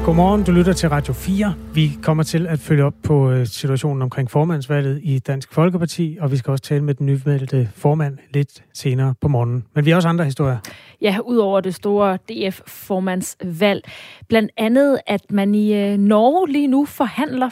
Godmorgen, du lytter til Radio 4. Vi kommer til at følge op på situationen omkring formandsvalget i Dansk Folkeparti, og vi skal også tale med den nyvalgte formand lidt senere på morgenen. Men vi har også andre historier. Ja, udover det store DF-formandsvalg. Blandt andet, at man i Norge lige nu forhandler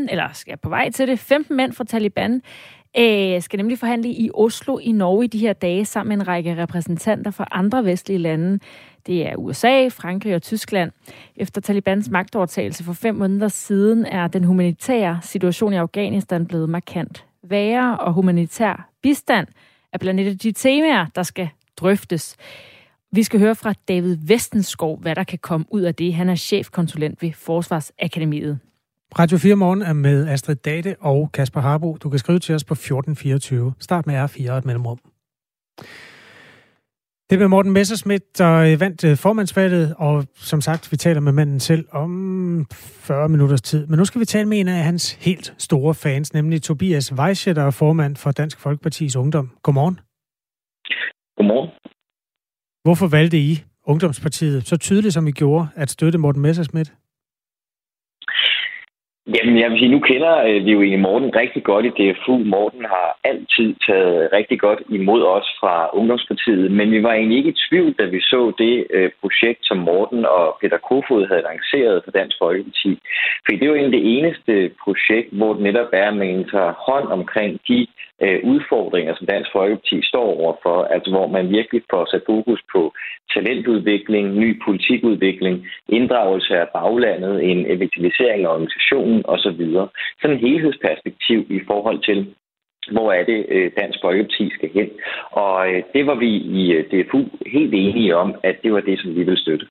15 mænd fra Taliban skal nemlig forhandle i Oslo i Norge i de her dage sammen med en række repræsentanter fra andre vestlige lande. Det er USA, Frankrig og Tyskland. Efter Talibans magtovertagelse for 5 måneder siden er den humanitære situation i Afghanistan blevet markant værre, og humanitær bistand er blandt andet de temaer, der skal drøftes. Vi skal høre fra David Vestenskov, hvad der kan komme ud af det. Han er chefkonsulent ved Forsvarsakademiet. Radio 4 Morgen er med Astrid Date og Kasper Harbo. Du kan skrive til os på 1424. Start med R4 og et mellemrum. Det blev Morten Messerschmidt, der vandt formandsvalget, og som sagt, vi taler med manden selv om 40 minutters tid. Men nu skal vi tale med en af hans helt store fans, nemlig Tobias Weische, der er formand for Dansk Folkepartis Ungdom. Godmorgen. Godmorgen. Hvorfor valgte I Ungdomspartiet så tydeligt, som I gjorde, at støtte Morten Messerschmidt? Jamen, jeg vil sige, nu kender vi jo egentlig Morten rigtig godt i DFU. Morten har altid taget rigtig godt imod os fra Ungdomspartiet, men vi var egentlig ikke i tvivl, da vi så det projekt, som Morten og Peter Kofod havde lanceret for Dansk Folkeparti. For det er jo egentlig det eneste projekt, hvor det netop er, at man tager hånd omkring de udfordringer, som Dansk Folkeparti står overfor, altså hvor man virkelig får sat fokus på talentudvikling, ny politikudvikling, inddragelse af baglandet, en effektivisering af organisationen osv. Sådan et helhedsperspektiv i forhold til, hvor er det Dansk Folkeparti skal hen. Og det var vi i DFU helt enige om, at det var det, som vi ville støtte.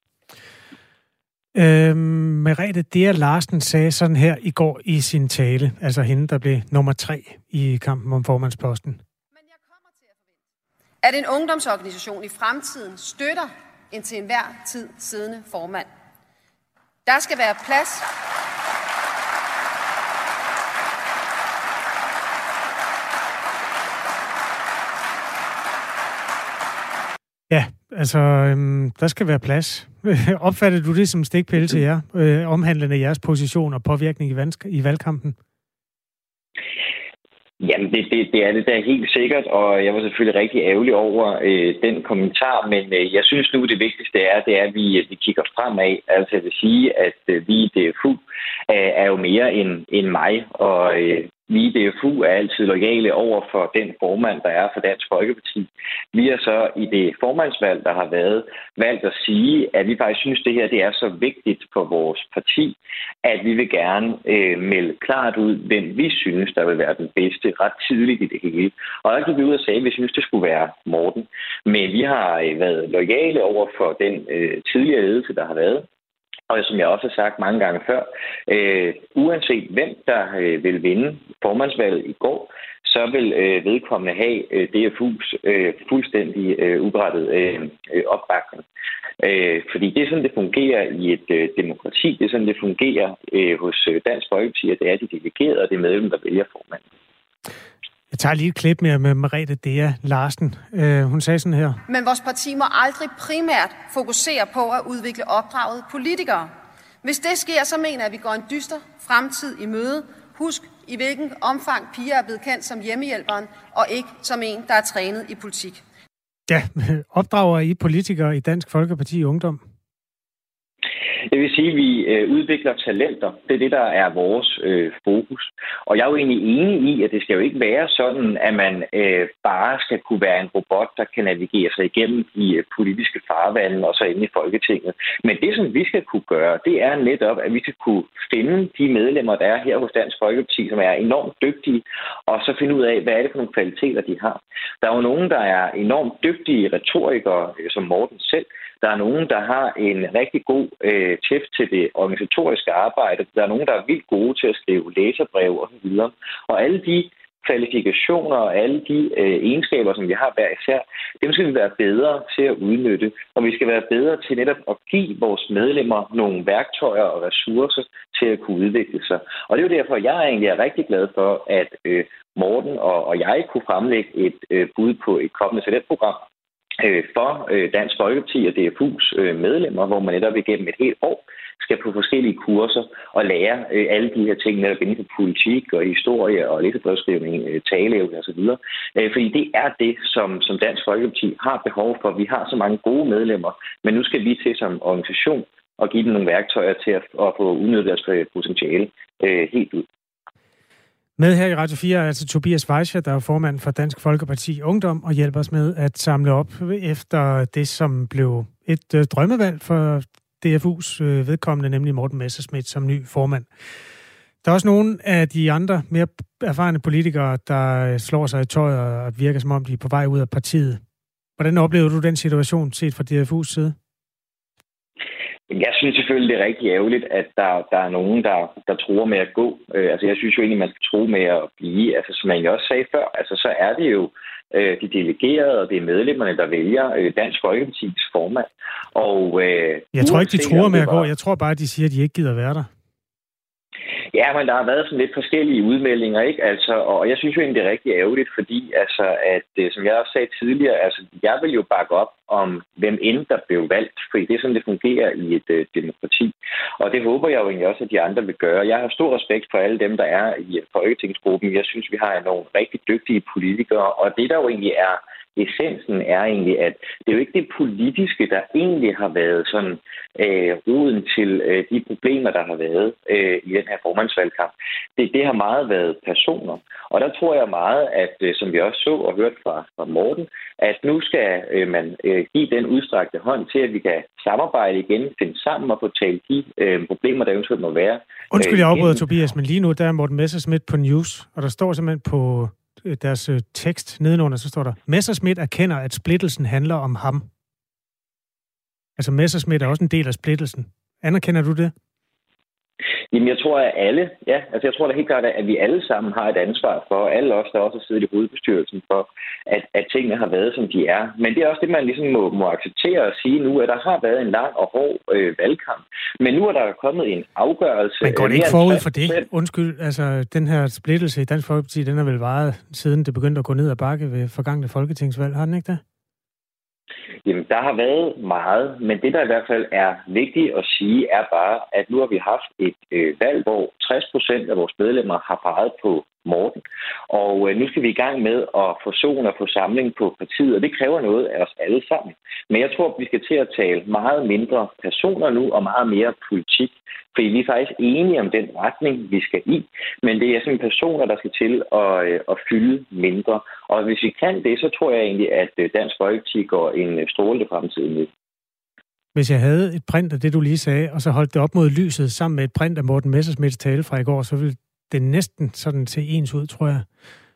Merete Dea Larsen sagde sådan her i går i sin tale, altså hende, der blev nummer 3 i kampen om formandsposten. Men jeg kommer til at forvente, at en ungdomsorganisation i fremtiden støtter en til enhver tid siddende formand. Der skal være plads. Ja, altså, der skal være plads. Opfatter du det som stikpille til jer, omhandlende jeres position og påvirkning i valgkampen? Jamen, det er det da helt sikkert, og jeg var selvfølgelig rigtig ærgerlig over den kommentar, men jeg synes nu, det vigtigste er, at vi kigger fremad. Altså, jeg vil sige, at vi i DFU er jo mere end mig, og vi i DFU er altid loyale over for den formand, der er for Dansk Folkeparti. Vi har så i det formandsvalg, der har været, valgt at sige, at vi faktisk synes, at det her det er så vigtigt for vores parti, at vi vil gerne melde klart ud, hvem vi synes, der vil være den bedste ret tidligt i det hele. Og der gik vi ud og sagde, at vi synes, det skulle være Morten. Men vi har været loyale over for den tidligere ledelse, der har været. Og som jeg også har sagt mange gange før, uanset hvem der vil vinde formandsvalget i går, så vil vedkommende have DFU's fuldstændig uberettet opbakning. Fordi det er sådan, det fungerer i et demokrati. Det er sådan, det fungerer hos Dansk Folkeparti, at det er de delegerede, og det er medlem, der vælger formanden. Jeg tager lige et klip med Merete Dea Larsen. Hun sagde sådan her. Men vores parti må aldrig primært fokusere på at udvikle opdragede politikere. Hvis det sker, så mener jeg, at vi går en dyster fremtid i møde. Husk, i hvilken omfang piger er blevet kendt som hjemmehjælperen, og ikke som en, der er trænet i politik. Ja, opdrager I politikere i Dansk Folkeparti Ungdom? Det vil sige, at vi udvikler talenter. Det er det, der er vores fokus. Og jeg er jo egentlig enig i, at det skal jo ikke være sådan, at man bare skal kunne være en robot, der kan navigere sig igennem de politiske farvande og så ind i Folketinget. Men det, som vi skal kunne gøre, det er netop, at vi skal kunne finde de medlemmer, der er her hos Dansk Folkeparti, som er enormt dygtige, og så finde ud af, hvad er det for nogle kvaliteter, de har. Der er jo nogen, der er enormt dygtige retorikere, som Morten selv. Der er nogen, der har en rigtig god tæft til det organisatoriske arbejde. Der er nogen, der er vildt gode til at skrive læserbrev og så videre. Og alle de kvalifikationer og alle de egenskaber, som vi har hver især, dem skal vi være bedre til at udnytte. Og vi skal være bedre til netop at give vores medlemmer nogle værktøjer og ressourcer til at kunne udvikle sig. Og det er jo derfor, jeg egentlig er rigtig glad for, at Morten og jeg kunne fremlægge et bud på et kommende talentprogram for Dansk Folkeparti og DFU's medlemmer, hvor man netop igennem et helt år skal på forskellige kurser og lære alle de her ting, netop inden for politik og historie og læsebrevskrivning, taleevne osv. Fordi det er det, som Dansk Folkeparti har behov for. Vi har så mange gode medlemmer, men nu skal vi til som organisation og give dem nogle værktøjer til at få udnyttet deres potentiale helt ud. Med her i Radio 4 er altså Tobias Weischer, der er formand for Dansk Folkeparti Ungdom, og hjælper os med at samle op efter det, som blev et drømmevalg for DFU's vedkommende, nemlig Morten Messerschmidt som ny formand. Der er også nogle af de andre mere erfarne politikere, der slår sig i tøjet og virker som om, de er på vej ud af partiet. Hvordan oplever du den situation set fra DFU's side? Jeg synes selvfølgelig, det er rigtig ærgerligt, at der er nogen, der truer med at gå. Jeg synes jo egentlig, man skal true med at blive. Som jeg også sagde før, så er det jo de delegerede, og det er medlemmerne, der vælger Dansk Folkepartis formand. Og jeg tror ikke, de truer med at gå. Jeg tror bare, de siger, at de ikke gider være der. Ja, men der har været sådan lidt forskellige udmeldinger, ikke? Og jeg synes jo egentlig, det er rigtig ærgerligt, fordi at som jeg også sagde tidligere, jeg vil jo bakke op om hvem end der blev valgt, fordi det er sådan, det fungerer i et demokrati. Og det håber jeg jo egentlig også, at de andre vil gøre. Jeg har stor respekt for alle dem, der er i folketingsgruppen. Jeg synes, vi har nogle rigtig dygtige politikere, og det der jo egentlig er essensen er egentlig, at det er jo ikke det politiske, der egentlig har været sådan roden til de problemer, der har været i den her formandsvalgkamp. Det har meget været personer. Og der tror jeg meget, at som vi også så og hørte fra Morten, at nu skal man give den udstrakte hånd til, at vi kan samarbejde igen, finde sammen og få talt de problemer, der eventuelt må være. Undskyld, jeg afbryder, Tobias, men lige nu der er Morten Messerschmidt på News, og der står simpelthen på deres tekst nedenunder, så står der, Messerschmidt erkender, at splittelsen handler om ham. Altså Messerschmidt er også en del af splittelsen. Anerkender du det? Jamen, jeg tror, at alle, jeg tror da helt klart, at vi alle sammen har et ansvar for, alle os, der også har siddet i hovedbestyrelsen for, at tingene har været, som de er. Men det er også det, man ligesom må acceptere og sige nu, at der har været en lang og hård valgkamp. Men nu er der kommet en afgørelse. Men går det ikke forud for det? Undskyld, den her splittelse i Dansk Folkeparti, den har vel varet, siden det begyndte at gå ned ad bakke ved forgangne folketingsvalg, har den ikke det? Jamen, der har været meget, men det, der i hvert fald er vigtigt at sige, er bare, at nu har vi haft et valg, hvor 60% af vores medlemmer har peget på Morten. Og nu skal vi i gang med at forsone og få samling på partiet, og det kræver noget af os alle sammen. Men jeg tror, at vi skal til at tale meget mindre personer nu, og meget mere politik. Fordi vi er faktisk enige om den retning, vi skal i. Men det er sådan personer, der skal til at fylde mindre. Og hvis vi kan det, så tror jeg egentlig, at Dansk Folkeparti går en strålende fremtid med. Hvis jeg havde et print af det, du lige sagde, og så holdt det op mod lyset sammen med et print af Morten Messerschmidts tale fra i går, så ville det næsten sådan se ens ud, tror jeg.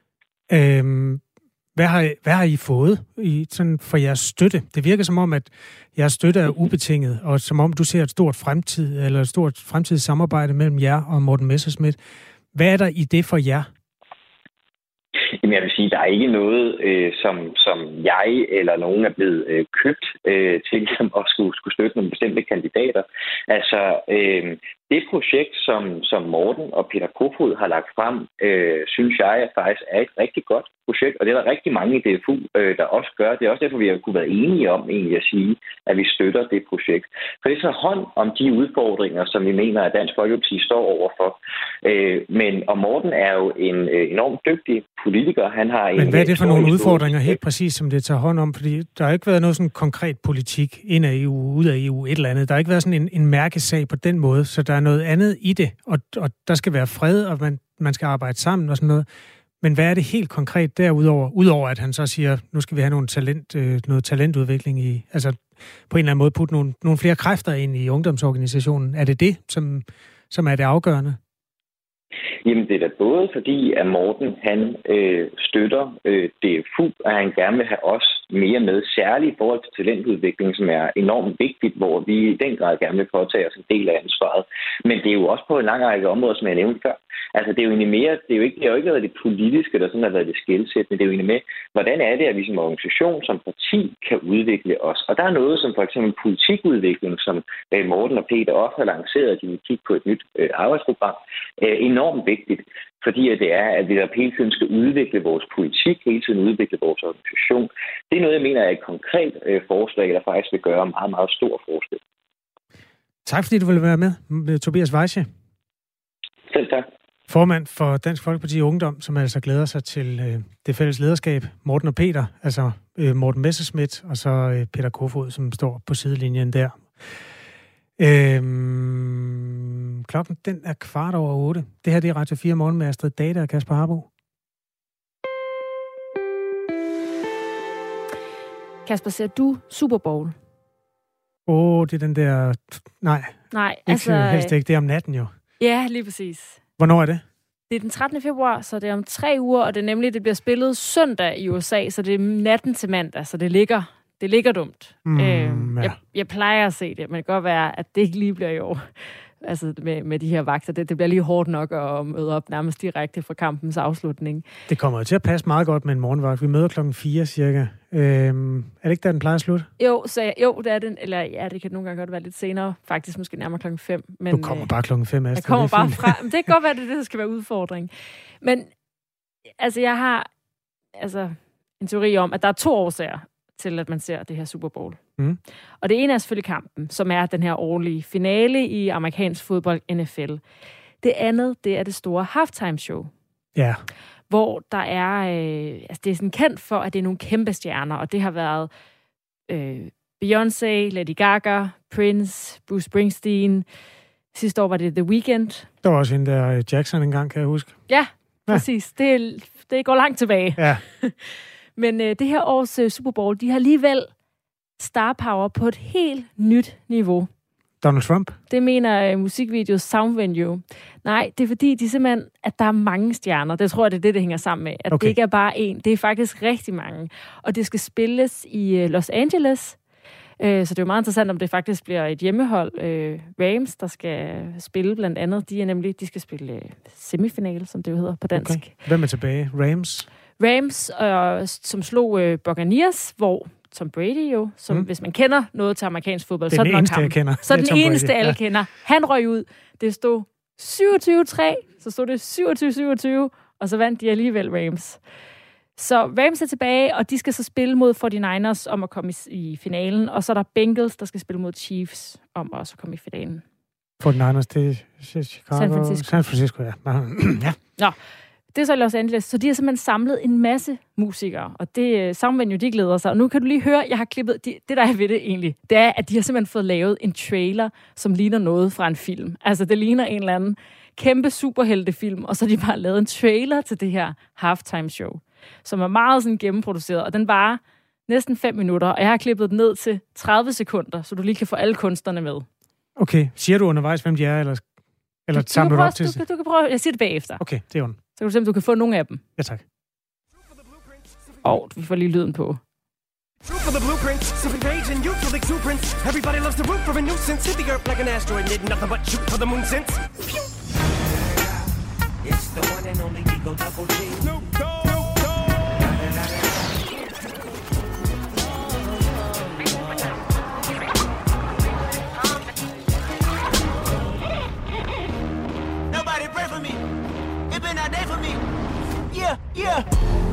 Hvad har I fået sådan for jeres støtte? Det virker som om, at jeres støtte er ubetinget, og som om du ser et stort fremtidigt samarbejde mellem jer og Morten Messerschmidt. Hvad er der i det for jer? Jamen, jeg vil sige, der er ikke noget, som jeg eller nogen er blevet købt til at skulle støtte nogle bestemte kandidater. Det projekt, som Morten og Peter Kofod har lagt frem, synes jeg faktisk er et rigtig godt projekt, og det er der rigtig mange i DFU, der også gør. Det er også derfor, vi har kunne være enige om egentlig at sige, at vi støtter det projekt. For det er så hånd om de udfordringer, som vi mener, at Dansk Folkeparti står overfor. Og Morten er jo en enormt dygtig politiker. Han har Men hvad er det for nogle udfordringer helt præcis, som det tager hånd om? Fordi der har ikke været noget sådan konkret politik ind af EU, ud af EU, et eller andet. Der har ikke været sådan en mærkesag på den måde, så der er noget andet i det, og der skal være fred, og man skal arbejde sammen og sådan noget. Men hvad er det helt konkret derudover? Udover at han så siger, nu skal vi have noget talentudvikling i, altså på en eller anden måde putte nogle flere kræfter ind i ungdomsorganisationen. Er det som er det afgørende? Jamen, det er da både fordi, at Morten, han støtter DFU, og han gerne vil have os mere med, særligt i forhold til talentudvikling, som er enormt vigtigt, hvor vi i den grad gerne vil påtage os en del af ansvaret. Men det er jo også på en lang række områder, som jeg nævnte før. Altså, det er jo egentlig mere, det har jo ikke været det politiske, der sådan har været det skelsættende. Det er jo egentlig med, hvordan er det, at vi som organisation, som parti, kan udvikle os. Og der er noget som for eksempel politikudvikling, som Morten og Peter også har lanceret, at de vil kigge på et nyt arbejdsprogram. Enormt vigtigt, fordi det er, at vi hele tiden skal udvikle vores politik, hele tiden udvikle vores organisation. Det er noget, jeg mener er et konkret forslag, der faktisk vil gøre meget, meget stor forskel. Tak fordi du ville være med Tobias Weische. Selv tak. Formand for Dansk Folkeparti Ungdom, som altså glæder sig til det fælles lederskab. Morten og Peter, altså Morten Messerschmidt og så Peter Kofod, som står på sidelinjen der. Klokken den er 7:15. Det her det er Radio 4 Morgen med Astrid Date og Kasper Harbo. Kasper, ser du Super Bowl? Det er den der... Nej, altså... helst ikke. Det er om natten jo. Ja, lige præcis. Hvornår er det? Det er den 13. februar, så det er om 3 uger, og det er nemlig, det bliver spillet søndag i USA, så det er natten til mandag, så det ligger dumt. Ja. Jeg plejer at se det, men det kan godt være, at det ikke lige bliver i år. Altså med de her vagter. Det bliver lige hårdt nok at møde op nærmest direkte fra kampens afslutning. Det kommer jo til at passe meget godt med en morgenvagt. Vi møder klokken 4 cirka. Er det ikke der, den plejer at slutte? Jo, det er den. Eller ja, det kan nogle gange godt være lidt senere. Faktisk måske nærmere klokken 5. Men, du kommer bare klokken 5, Astrid. Jeg kommer bare fra. Men det kan godt være, det der skal være udfordring. Men altså, jeg har en teori om, at der er 2 årsager til, at man ser det her Super Bowl. Og det ene er selvfølgelig kampen, som er den her årlige finale i amerikansk fodbold, NFL. Det andet, det er det store halftime show. Ja. Hvor der er... det er sådan kendt for, at det er nogle kæmpe stjerner, og det har været Beyoncé, Lady Gaga, Prince, Bruce Springsteen. Sidste år var det The Weeknd. Der var også en der Jackson engang, kan jeg huske. Ja, præcis. Det går langt tilbage. Ja. Men det her års Super Bowl, de har alligevel star power på et helt nyt niveau. Donald Trump? Det mener musikvideos Sound Venue. Nej, det er fordi, at der er mange stjerner. Det tror jeg, det hænger sammen med. At det ikke er bare én. Det er faktisk rigtig mange. Og det skal spilles i Los Angeles. Så det er jo meget interessant, om det faktisk bliver et hjemmehold. Rams, der skal spille blandt andet. De skal spille semifinale, som det jo hedder på dansk. Okay. Hvem er tilbage? Rams, som slog Buccaneers, hvor Tom Brady jo, som hvis man kender noget til amerikansk fodbold, så er den eneste, jeg kender. Så den eneste, alle kender. Han røg ud. Det stod 27-3, så stod det 27-27, og så vandt de alligevel Rams. Så Rams er tilbage, og de skal så spille mod 49ers om at komme i finalen, og så er der Bengals, der skal spille mod Chiefs om også at komme i finalen. 49ers, det er Chicago. San Francisco, ja. Ja. Nå. Det er så i Los Angeles, så de har simpelthen samlet en masse musikere, og det Soundvenue, de glæder sig. Og nu kan du lige høre, jeg har klippet, det der er ved det egentlig, det er, at de har simpelthen fået lavet en trailer, som ligner noget fra en film. Altså, det ligner en eller anden kæmpe superheltefilm, og så har de bare lavet en trailer til det her halftime show, som er meget sådan gennemproduceret, og den varer næsten 5 minutter, og jeg har klippet den ned til 30 sekunder, så du lige kan få alle kunstnerne med. Okay, siger du undervejs, hvem de er, eller samler du op til? Du kan prøve, jeg siger det bagefter. Okay, det er ondt. Så kan du se, om du kan få nogle af dem. Ja, tak. Vi får lige lyden på. True for the blueprint, simply rage and youthful exuberance. Everybody loves the root for a nuisance. Hit the earth like an asteroid, did nothing but shoot for the moon since. It's the one and only Eagle Double G. Snoop Dogg. Nobody pray for me. It been a day for me. Yeah.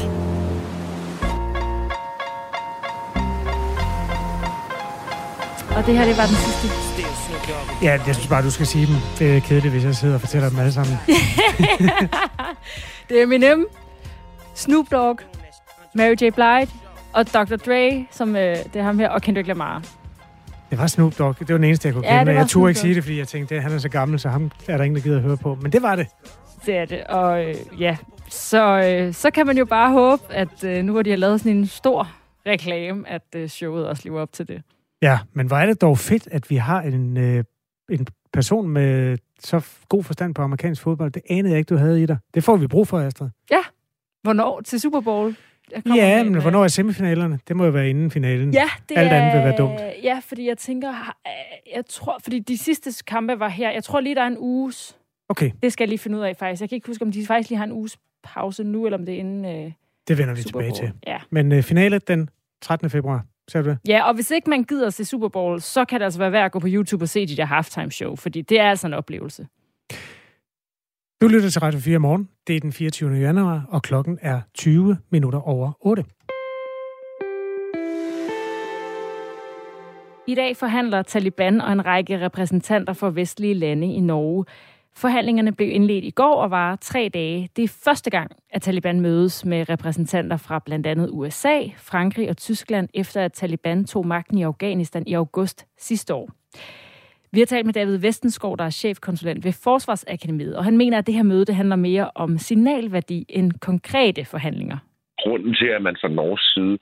Og det her, det var den sidste. Ja, jeg synes bare, du skal sige dem. Det er kedeligt, hvis jeg sidder og fortæller dem alle sammen. Det er Eminem, Snoop Dogg, Mary J. Blige og Dr. Dre, som det er ham her, og Kendrick Lamar. Det var Snoop Dogg. Det var den eneste, jeg kunne kende. Jeg turde ikke sige det, fordi jeg tænkte, at han er så gammel, så ham er der ingen, der gider at høre på. Men det var det. Det er det, og så kan man jo bare håbe, at nu hvor de har lavet sådan en stor reklame, at showet også lever op til det. Ja, men hvor er det dog fedt, at vi har en person med så god forstand på amerikansk fodbold. Det anede jeg ikke, du havde i dig. Det får vi brug for, Astrid. Ja. Hvornår? Til Super Bowl? Ja, men hvornår er semifinalerne? Det må jo være inden finalen. Ja, det alt andet vil være dumt. Ja, fordi jeg tænker, fordi de sidste kampe var her. Jeg tror lige, der er en uges. Okay. Det skal jeg lige finde ud af, faktisk. Jeg kan ikke huske, om de faktisk lige har en uges pause nu, eller om det er inden det vender vi Super tilbage Bowl. til. Ja. Men finale den 13. februar. Ser du det? Ja, og hvis ikke man gider se Super Bowl, så kan det altså være værd at gå på YouTube og se de der halftime show, fordi det er altså en oplevelse. Du lytter til Radio 4 morgen. Det er den 24. januar, og klokken er 20 minutter over 8. I dag forhandler Taliban og en række repræsentanter for vestlige lande i Norge. Forhandlingerne blev indledt i går og varer 3 dage. Det er første gang, at Taliban mødes med repræsentanter fra blandt andet USA, Frankrig og Tyskland, efter at Taliban tog magten i Afghanistan i august sidste år. Vi har talt med David Vestenskov, der er chefkonsulent ved Forsvarsakademiet, og han mener, at det her møde det handler mere om signalværdi end konkrete forhandlinger. Grunden til, at man fra Norges side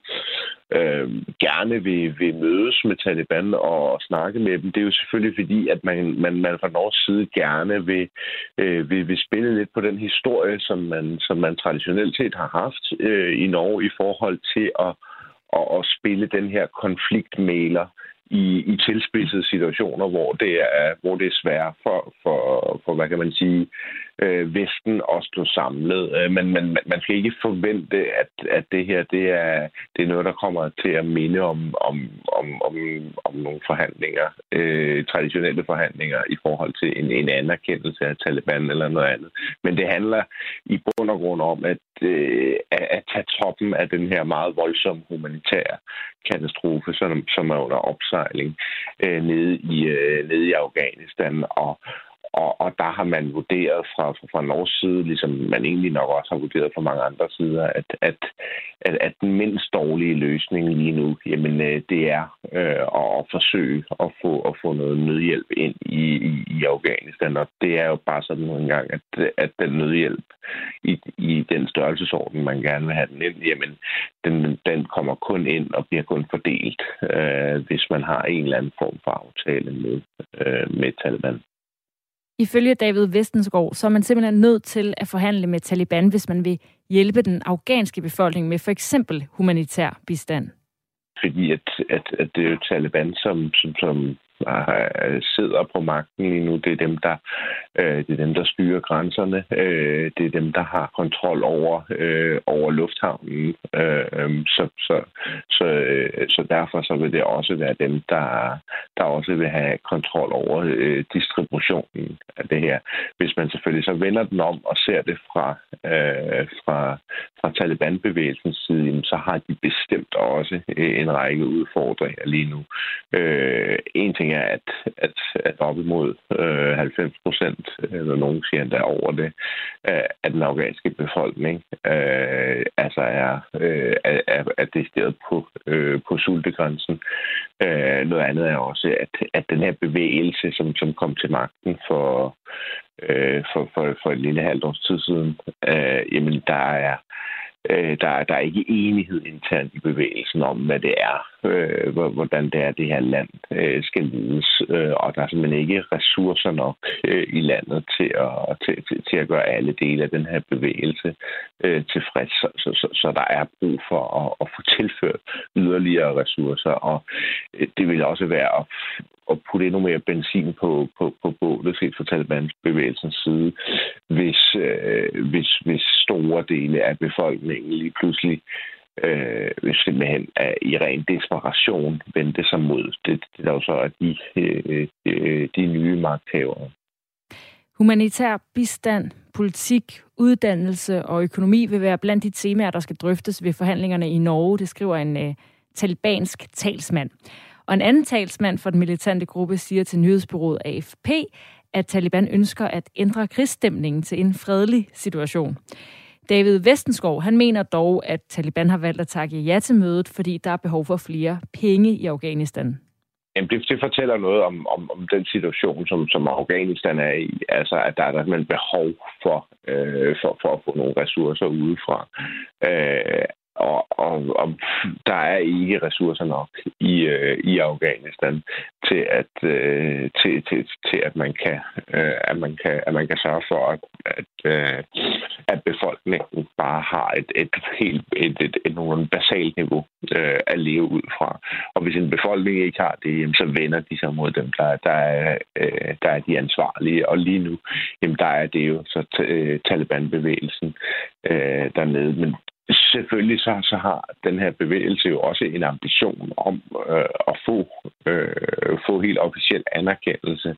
gerne vil mødes med Taliban og snakke med dem, det er jo selvfølgelig fordi, at man fra Norges side gerne vil spille lidt på den historie, som man traditionelt set har haft i Norge i forhold til at spille den her konfliktmægler i tilspidsede situationer, hvor det er svært for hvad kan man sige, Vesten at stå samlet. Men man skal ikke forvente, at det her det er noget, der kommer til at minde om nogle forhandlinger, traditionelle forhandlinger i forhold til en anerkendelse af Taliban eller noget andet. Men det handler i bund og grund om at tage toppen af den her meget voldsomme humanitære katastrofe, som er under opsejling nede i Afghanistan. Og der har man vurderet fra Norges side, ligesom man egentlig nok også har vurderet fra mange andre sider, at den mindst dårlige løsning lige nu, jamen det er at forsøge at få noget nødhjælp ind i Afghanistan. Og det er jo bare sådan nogle gange, at den nødhjælp i den størrelsesorden, man gerne vil have den ind, jamen den kommer kun ind og bliver kun fordelt, hvis man har en eller anden form for aftale med Taliban. Ifølge David Vestenskov, så er man simpelthen nødt til at forhandle med Taliban, hvis man vil hjælpe den afghanske befolkning med for eksempel humanitær bistand. Fordi at det er jo Taliban, som sidder på magten lige nu. Det er dem, der styrer grænserne. Det er dem, der har kontrol over lufthavnen. Så derfor så vil det også være dem, der også vil have kontrol over distributionen af det her. Hvis man selvfølgelig så vender den om og ser det fra Taliban-bevægelsens side, så har de bestemt også en række udfordringer lige nu. En ting er, at op imod 90%, eller nogen siger endda over det, af den afghanske befolkning er decideret på sultegrænsen. Noget andet er også, at den her bevægelse, som kom til magten for et lille halvt års tid siden, jamen der er ikke enighed internt i bevægelsen om, hvad det er, hvordan det her land skal ledes, og der er simpelthen ikke ressourcer nok i landet til at gøre alle dele af den her bevægelse tilfreds. Så der er brug for at få tilført yderligere ressourcer, og det vil også være at putte endnu mere benzin på bålet set fra Talibans bevægelsens side, hvis store dele af befolkningen lige pludselig simpelthen i ren desperation vendte sig mod det der jo så er de nye magthavere. Humanitær bistand, politik, uddannelse og økonomi vil være blandt de temaer, der skal drøftes ved forhandlingerne i Norge, det skriver en talibansk talsmand. Og en anden talsmand for den militante gruppe siger til nyhedsbureauet AFP, at Taliban ønsker at ændre krigsstemningen til en fredelig situation. David Vestenskov, han mener dog, at Taliban har valgt at takke ja til mødet, fordi der er behov for flere penge i Afghanistan. Jamen, det fortæller noget om den situation, som Afghanistan er i. Altså, at der er simpelthen behov for at få nogle ressourcer udefra. Og der er ikke ressourcer nok i Afghanistan til at man kan sørge for at befolkningen bare har et nogle basalt niveau at leve ud fra. Og hvis en befolkning ikke har det, så vender de sig mod dem, der er de ansvarlige. Og lige nu, der er det jo så Taliban-bevægelsen dernede. Men selvfølgelig så har den her bevægelse jo også en ambition om at få helt officiel anerkendelse.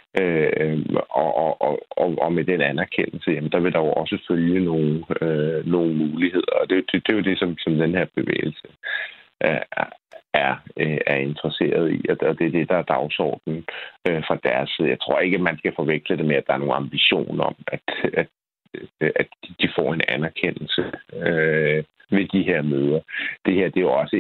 Og med den anerkendelse, jamen, der vil der jo også følge nogle muligheder. Og det er jo det, som den her bevægelse er interesseret i, og det er det, der er dagsordenen fra deres side. Jeg tror ikke, at man skal forveksle det med, at der er nogen ambition om, at de får en anerkendelse ved de her møder. Det her, det er jo også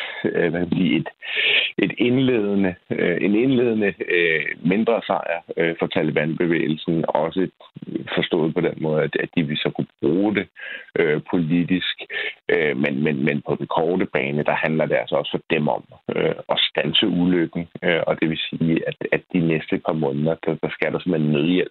en indledende mindre sejr for Taliban-bevægelsen, også forstået på den måde, at de vil så kunne bruge det politisk. Men på den korte bane, der handler det altså også for dem om at standse ulykken, og det vil sige, at de næste par måneder, der skal der simpelthen nødhjælp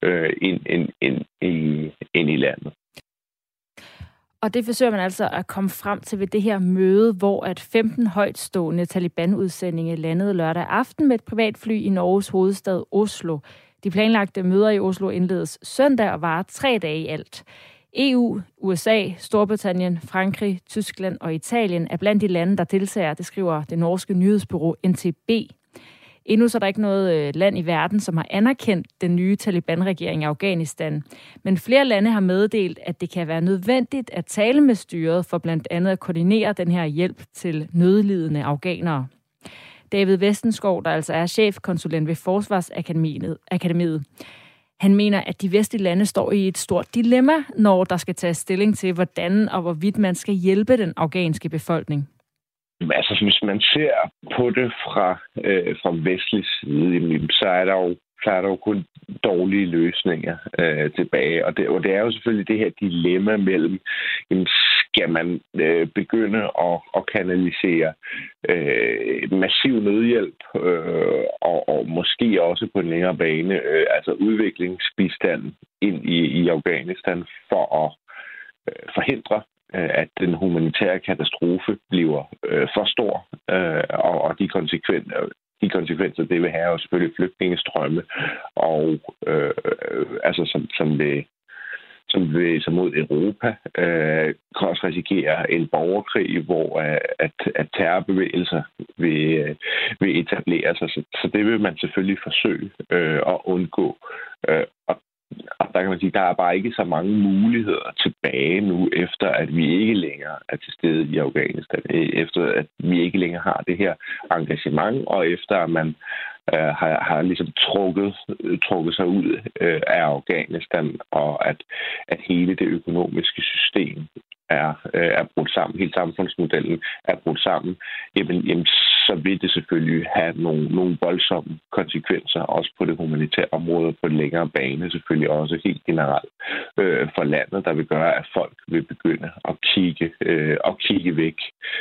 ind i landet. Og det forsøger man altså at komme frem til ved det her møde, hvor at 15 højtstående Taliban-udsendinge landede lørdag aften med et privatfly i Norges hovedstad Oslo. De planlagte møder i Oslo indledes søndag og varer 3 dage i alt. EU, USA, Storbritannien, Frankrig, Tyskland og Italien er blandt de lande, der deltager, det skriver det norske nyhedsbureau NTB. Endnu så er der ikke noget land i verden, som har anerkendt den nye Taliban-regering i Afghanistan. Men flere lande har meddelt, at det kan være nødvendigt at tale med styret for blandt andet at koordinere den her hjælp til nødlidende afghanere. David Vestenskov, der altså er chefkonsulent ved Forsvarsakademiet, han mener, at de vestlige lande står i et stort dilemma, når der skal tages stilling til, hvordan og hvorvidt man skal hjælpe den afghanske befolkning. Altså, hvis man ser på det fra vestlig side, så er der jo kun dårlige løsninger tilbage. Og det er jo selvfølgelig det her dilemma mellem, skal man begynde at kanalisere massiv nødhjælp og måske også på en længere bane, altså udviklingsbistand ind i Afghanistan for at forhindre at den humanitære katastrofe bliver for stor, og de konsekvenser, det vil have, er jo selvfølgelig flygtningestrømme, og som mod Europa, kan også risikere en borgerkrig, hvor at terrorbevægelser vil etablere sig. Så det vil man selvfølgelig forsøge at undgå. Og der kan man sige, der er bare ikke så mange muligheder tilbage nu, efter at vi ikke længere er til stede i Afghanistan, efter at vi ikke længere har det her engagement, og efter at man har ligesom trukket sig ud af Afghanistan, og at hele det økonomiske system er brudt sammen, hele samfundsmodellen er brudt sammen, jamen så vil det selvfølgelig have nogle voldsomme konsekvenser, også på det humanitære område, på den længere bane, selvfølgelig også helt generelt for landet, der vil gøre, at folk vil begynde at kigge væk.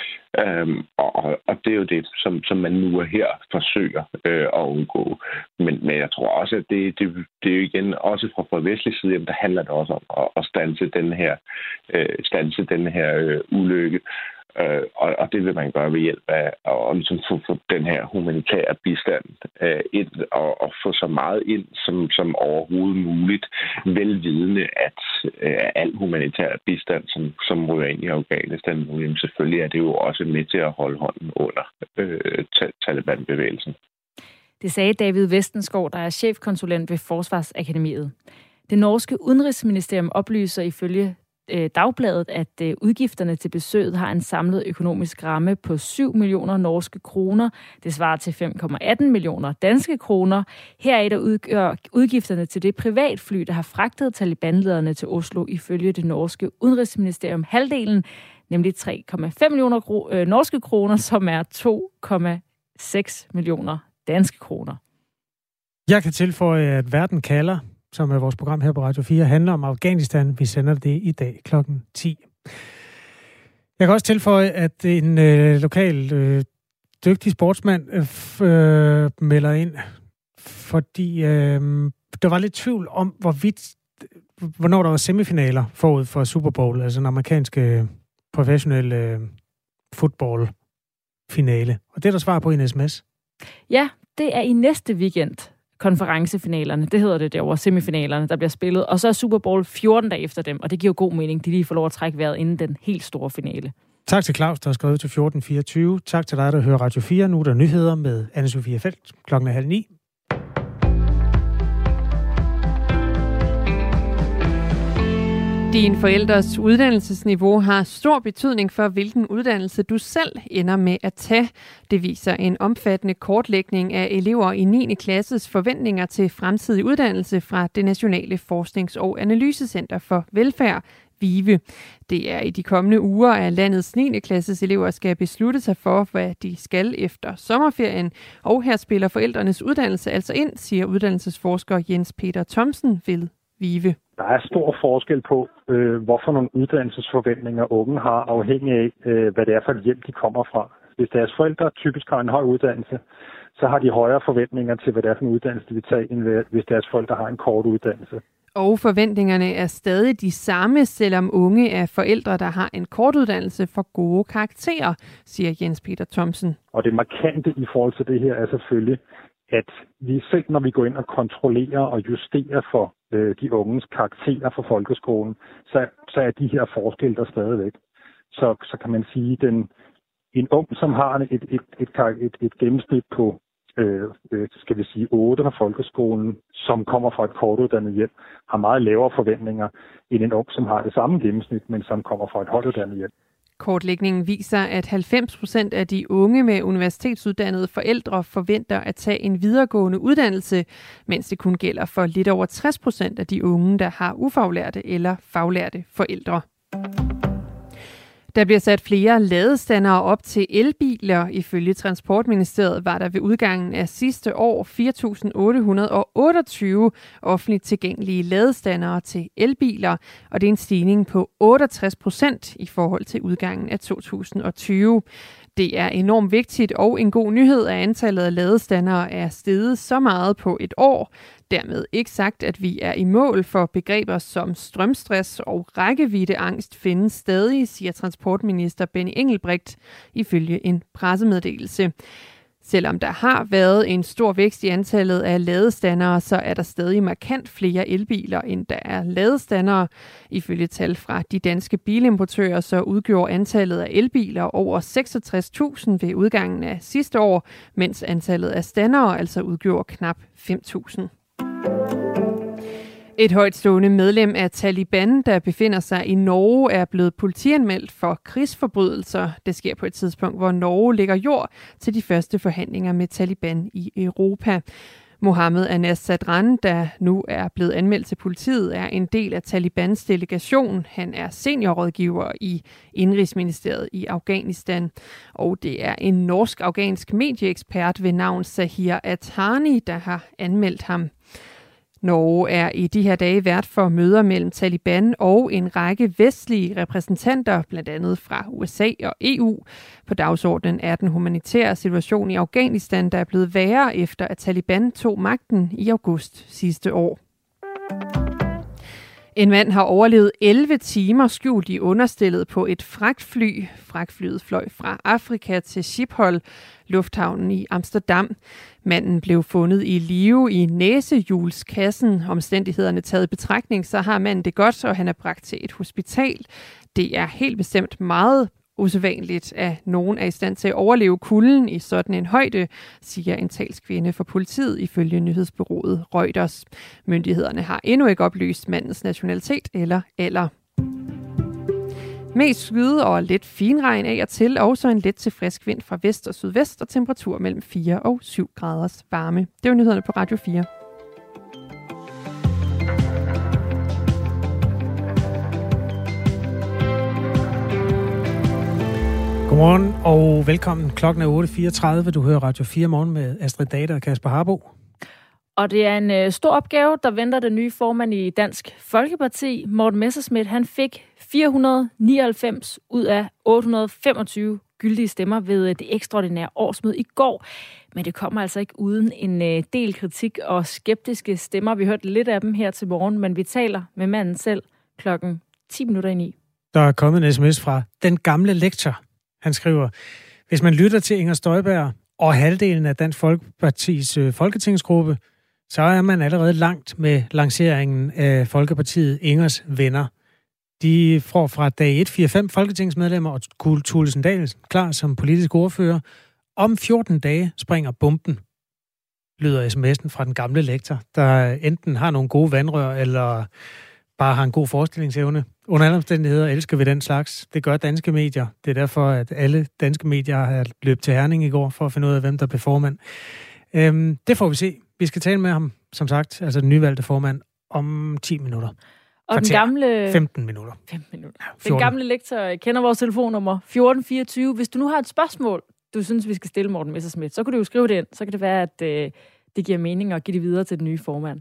Og det er jo det, som man nu her forsøger at undgå. Men jeg tror også, at det er jo igen, også fra vestlig side, der handler det også om at standse den her ulykke. Og det vil man gøre ved hjælp af at ligesom få den her humanitære bistand ind, og få så meget ind som overhovedet muligt, velvidende at al humanitær bistand, som ryger ind i Afghanistan, jamen selvfølgelig er det jo også med til at holde hånden under Taliban-bevægelsen. Det sagde David Vestenskov, der er chefkonsulent ved Forsvarsakademiet. Det norske udenrigsministerium oplyser ifølge Dagbladet, at udgifterne til besøget har en samlet økonomisk ramme på 7 millioner norske kroner. Det svarer til 5,18 millioner danske kroner. Heraf der udgør udgifterne til det privatfly, der har fragtet Taliban-lederne til Oslo, ifølge det norske udenrigsministerium halvdelen, nemlig 3,5 millioner norske kroner, som er 2,6 millioner danske kroner. Jeg kan tilføje, at Verden kalder, som er vores program her på Radio 4, handler om Afghanistan. Vi sender det i dag kl. 10. Jeg kan også tilføje, at en lokal dygtig sportsmand melder ind, fordi der var lidt tvivl om, hvornår der var semifinaler forud for Super Bowl, altså den amerikanske professionelle fodboldfinale. Og det er der svar på i en sms. Ja, det er i næste weekend. Konferencefinalerne, det hedder det derovre, semifinalerne, der bliver spillet, og så er Super Bowl 14 dage efter dem, og det giver jo god mening, de lige får lov at trække vejret inden den helt store finale. Tak til Claus, der har skrevet til 1424. Tak til dig, der hører Radio 4. Nu er der nyheder med Anne-Sophie Feldt. 8:30. Din forældres uddannelsesniveau har stor betydning for, hvilken uddannelse du selv ender med at tage. Det viser en omfattende kortlægning af elever i 9. klasses forventninger til fremtidig uddannelse fra det Nationale Forsknings- og Analysecenter for Velfærd, VIVE. Det er i de kommende uger, at landets 9. klasses elever skal beslutte sig for, hvad de skal efter sommerferien. Og her spiller forældrenes uddannelse altså ind, siger uddannelsesforsker Jens Peter Thomsen ved VIVE. Der er stor forskel på, hvorfor nogle uddannelsesforventninger unge har, afhængig af, hvad det er for et hjem, de kommer fra. Hvis deres forældre typisk har en høj uddannelse, så har de højere forventninger til, hvad det er for en uddannelse, de vil tage, end hvis deres forældre har en kort uddannelse. Og forventningerne er stadig de samme, selvom unge er forældre, der har en kort uddannelse for gode karakterer, siger Jens Peter Thomsen. Og det markante i forhold til det her er selvfølgelig, at vi selv når vi går ind og kontrollerer og justerer for de unges karakterer for folkeskolen, så er de her forskelle der stadigvæk. Så kan man sige, at en ung, som har et gennemsnit på skal vi sige 8 fra folkeskolen, som kommer fra et kortuddannet hjem, har meget lavere forventninger end en ung, som har det samme gennemsnit, men som kommer fra et højtuddannet hjem. Kortlægningen viser, at 90% af de unge med universitetsuddannede forældre forventer at tage en videregående uddannelse, mens det kun gælder for lidt over 60% af de unge, der har ufaglærte eller faglærte forældre. Der bliver sat flere ladestandere op til elbiler. Ifølge Transportministeriet var der ved udgangen af sidste år 4.828 offentligt tilgængelige ladestandere til elbiler, og det er en stigning på 68% i forhold til udgangen af 2020. Det er enormt vigtigt og en god nyhed, at antallet af ladestandere er steget så meget på et år. Dermed ikke sagt, at vi er i mål, for begreber som strømstress og rækkeviddeangst findes stadig, siger transportminister Benny Engelbrecht ifølge en pressemeddelelse. Selvom der har været en stor vækst i antallet af ladestandere, så er der stadig markant flere elbiler, end der er ladestandere. Ifølge tal fra de danske bilimportører, så udgjorde antallet af elbiler over 66.000 ved udgangen af sidste år, mens antallet af standere altså udgjorde knap 5.000. Et højtstående medlem af Taliban, der befinder sig i Norge, er blevet politianmeldt for krigsforbrydelser. Det sker på et tidspunkt, hvor Norge lægger jord til de første forhandlinger med Taliban i Europa. Mohammed Anas Sadran, der nu er blevet anmeldt til politiet, er en del af Talibans delegation. Han er seniorrådgiver i Indrigsministeriet i Afghanistan. Og det er en norsk-afghansk medieekspert ved navn Sahir Atani, der har anmeldt ham. Norge er i de her dage vært for møder mellem Taliban og en række vestlige repræsentanter, blandt andet fra USA og EU. På dagsordenen er den humanitære situation i Afghanistan, der er blevet værre efter, at Taliban tog magten i august sidste år. En mand har overlevet 11 timer skjult i understellet på et fragtfly. Fragtflyet fløj fra Afrika til Schiphol, lufthavnen i Amsterdam. Manden blev fundet i live i næsehjulskassen. Omstændighederne taget i betragtning, så har manden det godt, og han er bragt til et hospital. Det er helt bestemt meget usædvanligt, at nogen er i stand til at overleve kulden i sådan en højde, siger en talskvinde for politiet ifølge nyhedsbureauet Reuters. Myndighederne har endnu ikke oplyst mandens nationalitet eller alder. Mest skyde og lidt finregn af og til, og så en let til frisk vind fra vest og sydvest, og temperatur mellem 4 og 7 graders varme. Det var nyhederne på Radio 4. Godmorgen og velkommen. Klokken er 8.34. Du hører Radio 4 morgen med Astrid Date og Kasper Harbo. Og det er en stor opgave, der venter den nye formand i Dansk Folkeparti. Morten Messerschmidt, han fik 499 ud af 825 gyldige stemmer ved det ekstraordinære årsmøde i går. Men det kommer altså ikke uden en del kritik og skeptiske stemmer. Vi hørte lidt af dem her til morgen, men vi taler med manden selv klokken 9:10. Der er kommet en sms fra den gamle lektor. Han skriver, hvis man lytter til Inger Støjberg og halvdelen af Dansk Folkepartis folketingsgruppe, så er man allerede langt med lanceringen af Folkepartiet Ingers Venner. De får fra dag 1 4-5 folketingsmedlemmer og Kuhl Thulesen Dahl klar som politisk ordfører. Om 14 dage springer bomben, lyder sms'en fra den gamle lektor, der enten har nogle gode vandrør eller bare har en god forestillingsevne. Under alle omstændigheder elsker vi den slags. Det gør danske medier. Det er derfor, at alle danske medier har løbet til Herning i går for at finde ud af, hvem der blev formand. Det får vi se. Vi skal tale med ham, som sagt, altså den nyvalgte formand, om 10 minutter. Og den gamle... 15 minutter. 15 minutter. Den gamle lektor kender vores telefonnummer 1424. Hvis du nu har et spørgsmål, du synes, vi skal stille Morten Messerschmidt, så kan du jo skrive det ind. Så kan det være, at det giver mening at give det videre til den nye formand.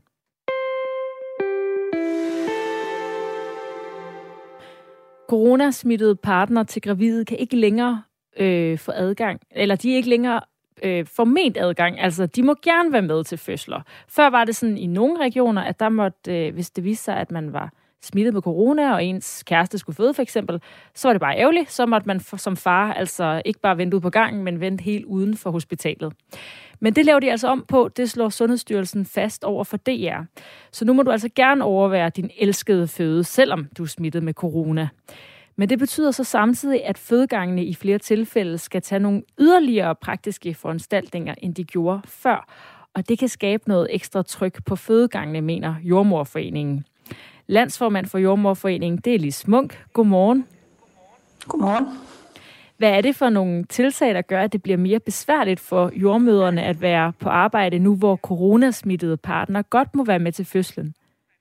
Coronasmittede partner til gravide kan ikke længere få adgang, eller de er ikke længere forment adgang. Altså, de må gerne være med til fødsler. Før var det sådan i nogle regioner, at der måtte, hvis det viste sig, at man var smittet med corona, og ens kæreste skulle føde for eksempel, så var det bare ærgerligt. Så måtte man som far altså ikke bare vente ud på gangen, men vente helt uden for hospitalet. Men det laver de altså om på. Det slår Sundhedsstyrelsen fast over for DR. Så nu må du altså gerne overvære din elskede føde, selvom du er smittet med corona. Men det betyder så samtidig, at fødegangene i flere tilfælde skal tage nogle yderligere praktiske foranstaltninger, end de gjorde før. Og det kan skabe noget ekstra tryk på fødegangene, mener Jordemoderforeningen. Landsformand for Jordemoderforeningen, det er Lis Munk. Godmorgen. Godmorgen. Hvad er det for nogle tiltag, der gør, at det bliver mere besværligt for jordemødrene at være på arbejde nu, hvor coronasmittede partner godt må være med til fødslen?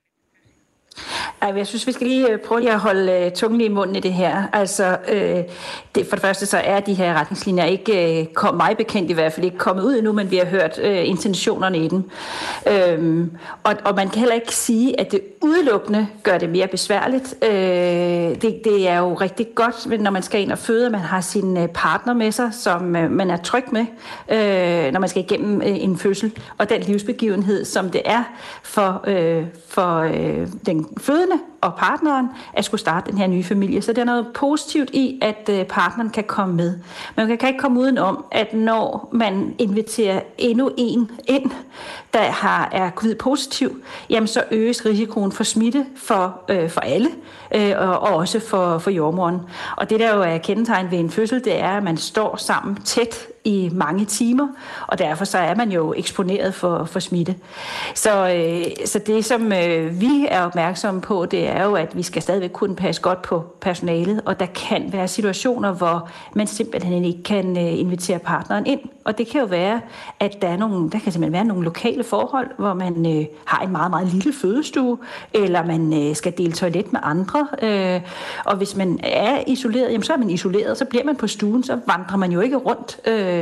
Jeg synes, vi skal lige prøve at holde tungen i munden i det her. Altså, for det første så er de her retningslinjer ikke, mig bekendt i hvert fald, ikke kommet ud endnu, men vi har hørt intentionerne i dem. Og man kan heller ikke sige, at det udelukkende gør det mere besværligt. Det er jo rigtig godt, når man skal ind og føde, at man har sin partner med sig, som man er tryg med, når man skal igennem en fødsel. Og den livsbegivenhed, som det er for den fødende og partneren at skulle starte den her nye familie. Så der er noget positivt i, at partneren kan komme med. Men man kan ikke komme udenom, at når man inviterer endnu en ind, der er covid-positiv, jamen så øges risikoen for smitte for alle, og også for jordemoderen. Og det, der jo er kendetegn ved en fødsel, det er, at man står sammen tæt i mange timer, og derfor så er man jo eksponeret for smitte. Så det, som vi er opmærksomme på, det er jo, at vi skal stadigvæk kunne passe godt på personalet, og der kan være situationer, hvor man simpelthen ikke kan invitere partneren ind. Og det kan jo være, at der kan simpelthen være nogle lokale forhold, hvor man har en meget, meget lille fødestue, eller man skal dele toilet med andre. Og hvis man er isoleret, jamen så er man isoleret, så bliver man på stuen, så vandrer man jo ikke rundt.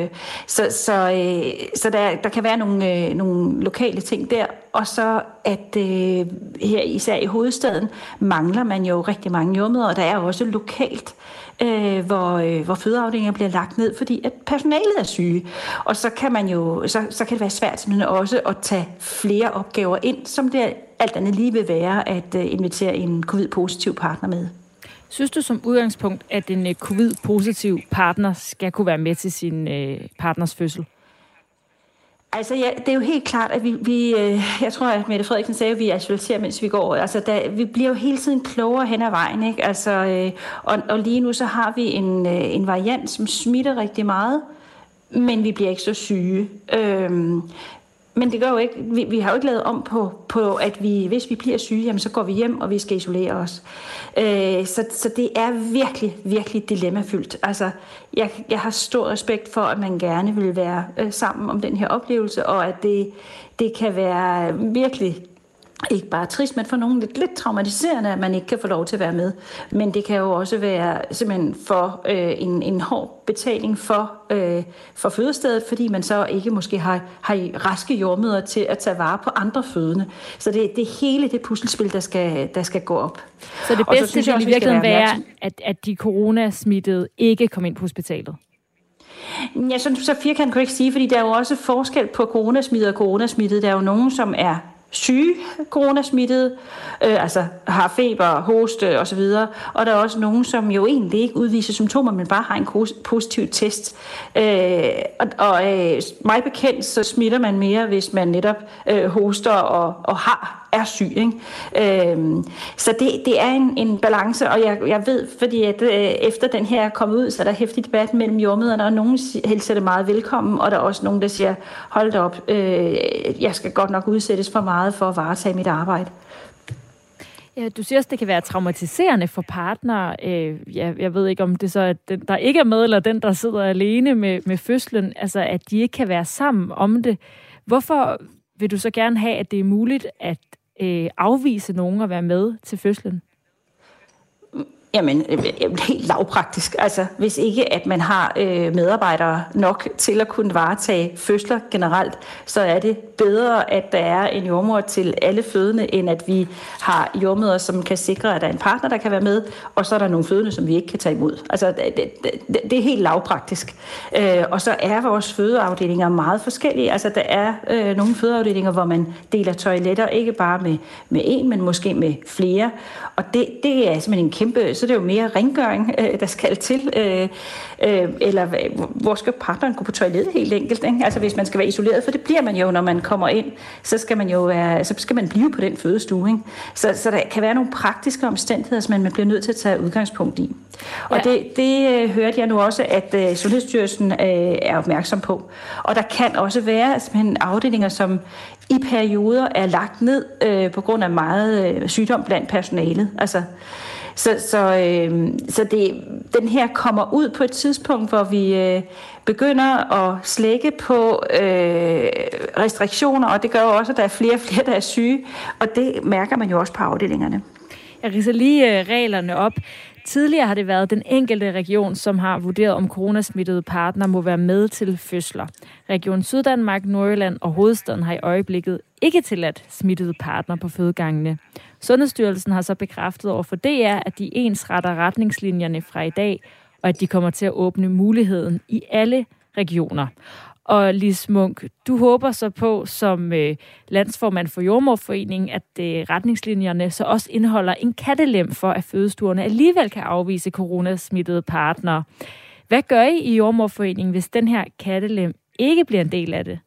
Så der kan være nogle lokale ting der. Og så at her især i hovedstaden mangler man jo rigtig mange jordemødre, og der er også lokalt, hvor fødeafdelinger bliver lagt ned, fordi at personalet er syge. Og så kan man jo så kan det være svært simpelthen også at tage flere opgaver ind, som det alt andet lige vil være at invitere en covid-positiv partner med. Synes du som udgangspunkt, at en covid-positiv partner skal kunne være med til sin partners fødsel? Altså ja, det er jo helt klart, at vi jeg tror, at Mette Frederiksen sagde, at vi isolerer, mens vi går. Altså, vi bliver jo hele tiden klogere hen ad vejen, ikke? Altså, og lige nu så har vi en variant, som smitter rigtig meget, men vi bliver ikke så syge. Men det gør jo ikke, vi har jo ikke lavet om på at hvis vi bliver syge, jamen, så går vi hjem, og vi skal isolere os. Så det er virkelig, virkelig dilemmafyldt. Altså, jeg har stor respekt for, at man gerne vil være sammen om den her oplevelse, og at det kan være virkelig ikke bare trist, men for nogen lidt traumatiserende, at man ikke kan få lov til at være med. Men det kan jo også være simpelthen for en hård betaling for fødestedet, fordi man så ikke måske har raske jordemødre til at tage vare på andre fødende. Så det er hele det puslespil, der skal gå op. Så det bedste vil i virkeligheden være, at de coronasmittede ikke kom ind på hospitalet? Ja, så firkant kan jeg ikke sige, fordi der er jo også forskel på coronasmittede og coronasmittede. Der er jo nogen, som er syge coronasmittede, altså har feber, hoste osv. Og der er også nogen, som jo egentlig ikke udviser symptomer, men bare har en positiv test. Mig bekendt, så smitter man mere, hvis man netop hoster og er syg. Ikke? Så det er en balance, og jeg ved, fordi at efter den her er kommet ud, så er der heftig debat mellem jordemødrene, og nogen hilser det meget velkommen, og der er også nogen, der siger, hold da op, jeg skal godt nok udsættes for meget for at varetage mit arbejde. Ja, du siger også, det kan være traumatiserende for partnere. Jeg ved ikke, om det så er den, der ikke er med, eller den, der sidder alene med fødslen. Altså, at de ikke kan være sammen om det. Hvorfor vil du så gerne have, at det er muligt at afvise nogen at være med til fødslen? Jamen, helt lavpraktisk. Altså, hvis ikke at man har medarbejdere nok til at kunne varetage fødsler generelt, så er det bedre, at der er en jordemoder til alle fødende, end at vi har jordemødre, som kan sikre, at der er en partner, der kan være med, og så er der nogle fødende, som vi ikke kan tage imod. Altså, det er helt lavpraktisk. Og så er vores fødeafdelinger meget forskellige. Altså, der er nogle fødeafdelinger, hvor man deler toiletter, ikke bare med en, men måske med flere. Og det er simpelthen en kæmpe... Så det er jo mere rengøring, der skal til. Eller hvor skal partneren gå på toilettet helt enkelt? Ikke? Altså hvis man skal være isoleret, for det bliver man jo, når man kommer ind, så skal man blive på den fødestue. Ikke? Så der kan være nogle praktiske omstændigheder, som man bliver nødt til at tage udgangspunkt i. Og det hørte jeg nu også, at Sundhedsstyrelsen er opmærksom på. Og der kan også være afdelinger, som i perioder er lagt ned på grund af meget sygdom blandt personalet. Altså, så den her kommer ud på et tidspunkt, hvor vi begynder at slække på restriktioner, og det gør jo også, at der er flere og flere, der er syge, og det mærker man jo også på afdelingerne. Jeg ridser lige reglerne op. Tidligere har det været den enkelte region, som har vurderet, om coronasmittede partner må være med til fødsler. Region Syddanmark, Nordjylland og Hovedstaden har i øjeblikket ikke tilladt smittede partner på fødegangene. Sundhedsstyrelsen har så bekræftet over for DR, at de ensretter retningslinjerne fra i dag, og at de kommer til at åbne muligheden i alle regioner. Og Lis Munk, du håber så på, som landsformand for Jordemoderforeningen, at retningslinjerne så også indeholder en kattelem for, at fødestuerne alligevel kan afvise coronasmittede partnere. Hvad gør I Jordemoderforeningen, hvis den her kattelem ikke bliver en del af det?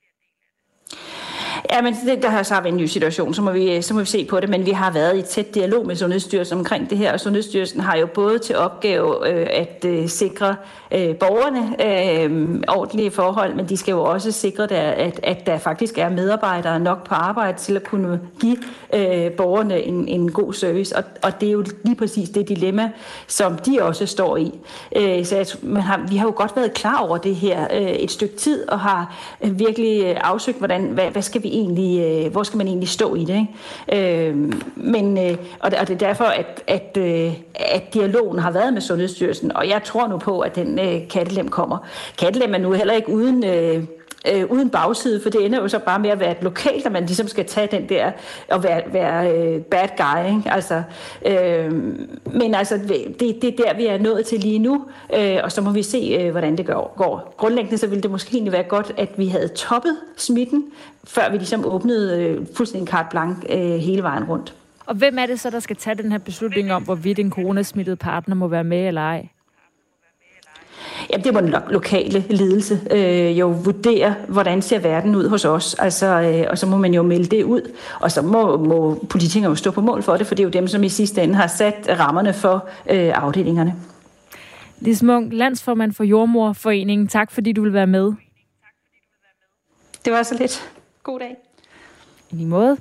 Ja, men der har vi en ny situation, så må vi se på det, men vi har været i tæt dialog med Sundhedsstyrelsen omkring det her, og Sundhedsstyrelsen har jo både til opgave at sikre borgerne ordentlige forhold, men de skal jo også sikre, at der faktisk er medarbejdere nok på arbejde til at kunne give borgerne en god service, og det er jo lige præcis det dilemma, som de også står i. Så vi har jo godt været klar over det her et stykke tid, og har virkelig afsøgt, hvad skal vi egentlig, hvor skal man egentlig stå i det, ikke? Og det er derfor, at dialogen har været med Sundhedsstyrelsen, og jeg tror nu på, at den kattelem kommer. Kattelem er nu heller ikke uden bagside, for det ender jo så bare med at være et lokalt, at man ligesom skal tage den der og være bad guy, ikke? Altså, men altså, det er der, vi er nået til lige nu, og så må vi se, hvordan det går. Grundlæggende så ville det måske egentlig være godt, at vi havde toppet smitten, før vi ligesom åbnede fuldstændig carte blanche hele vejen rundt. Og hvem er det så, der skal tage den her beslutning om, hvorvidt en coronasmittet partner må være med eller ej? Jamen, det må den lokale ledelse jo vurdere, hvordan ser verden ud hos os. Altså, og så må man jo melde det ud, og så må politikere jo stå på mål for det, for det er jo dem, som i sidste ende har sat rammerne for afdelingerne. Lis Munk, landsformand for Jordemoderforeningen. Tak, fordi du vil være med. Det var så lidt. God dag. I lige måde.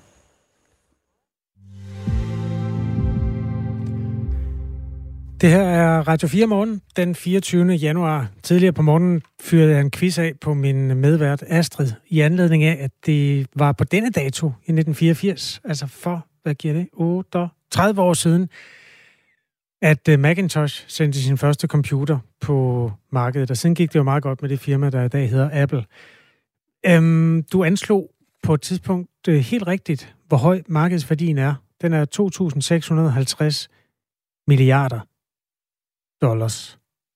Det her er Radio 4 morgen, den 24. januar. Tidligere på morgenen fyrede jeg en quiz af på min medvært Astrid, i anledning af, at det var på denne dato i 1984, altså for, hvad giver det, 30 år siden, at Macintosh sendte sin første computer på markedet. Og siden gik det jo meget godt med det firma, der i dag hedder Apple. Du anslog på et tidspunkt helt rigtigt, hvor høj markedsværdien er. Den er 2.650 milliarder dollars.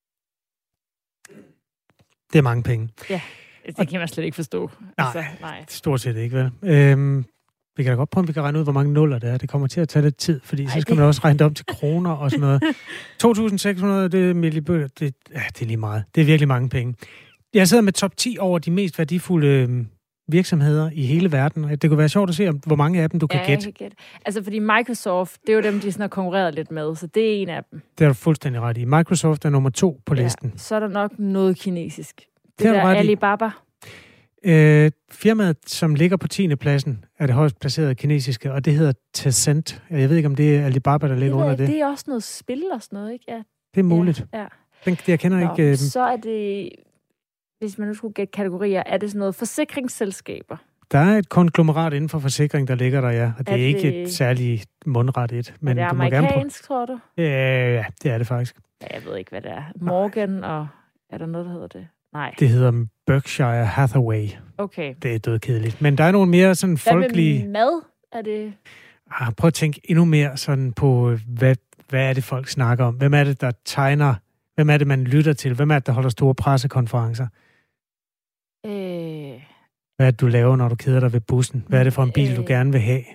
Det er mange penge. Ja, det kan man slet ikke forstå. Nej. Stort set ikke, vel? Vi kan da godt prøve, om vi kan regne ud, hvor mange nuller det er. Det kommer til at tage lidt tid, fordi så skal man også regne det om til kroner og sådan noget. 2.600, det er millibøger. Det er lige meget. Det er virkelig mange penge. Jeg sidder med top 10 over de mest værdifulde virksomheder i hele verden. Det kunne være sjovt at se, hvor mange af dem du kan gætte. Altså, fordi Microsoft, det er jo dem, de sådan har konkurreret lidt med, så det er en af dem. Det er du fuldstændig ret i. Microsoft er nummer 2 på listen. Så er der nok noget kinesisk. Det der Alibaba. Firmaet, som ligger på 10. pladsen, er det højst placerede kinesiske, og det hedder Tencent. Jeg ved ikke, om det er Alibaba, der ligger under det. Det er også noget spil og sådan noget, ikke? Ja. Det er muligt. Ja. Jeg kender ikke... Så er det, hvis man nu skulle gætte kategorier, er det sådan noget forsikringsselskaber? Der er et konglomerat inden for forsikring, der ligger der, ja. Og det er ikke et særligt mundret et. Men er det amerikansk, tror du? Ja, det er det faktisk. Ja, jeg ved ikke, hvad det er. Morgan, og er der noget, der hedder det? Nej. Det hedder Berkshire Hathaway. Okay. Det er dødkedeligt. Men der er nogle mere sådan folkelige... Hvad med mad? Er det... Prøv at tænke endnu mere sådan på, hvad er det, folk snakker om? Hvem er det, der tegner? Hvem er det, man lytter til? Hvem er det, der holder store pressekonferencer? Hvad er det, du laver, når du keder dig ved bussen? Hvad er det for en bil, du gerne vil have?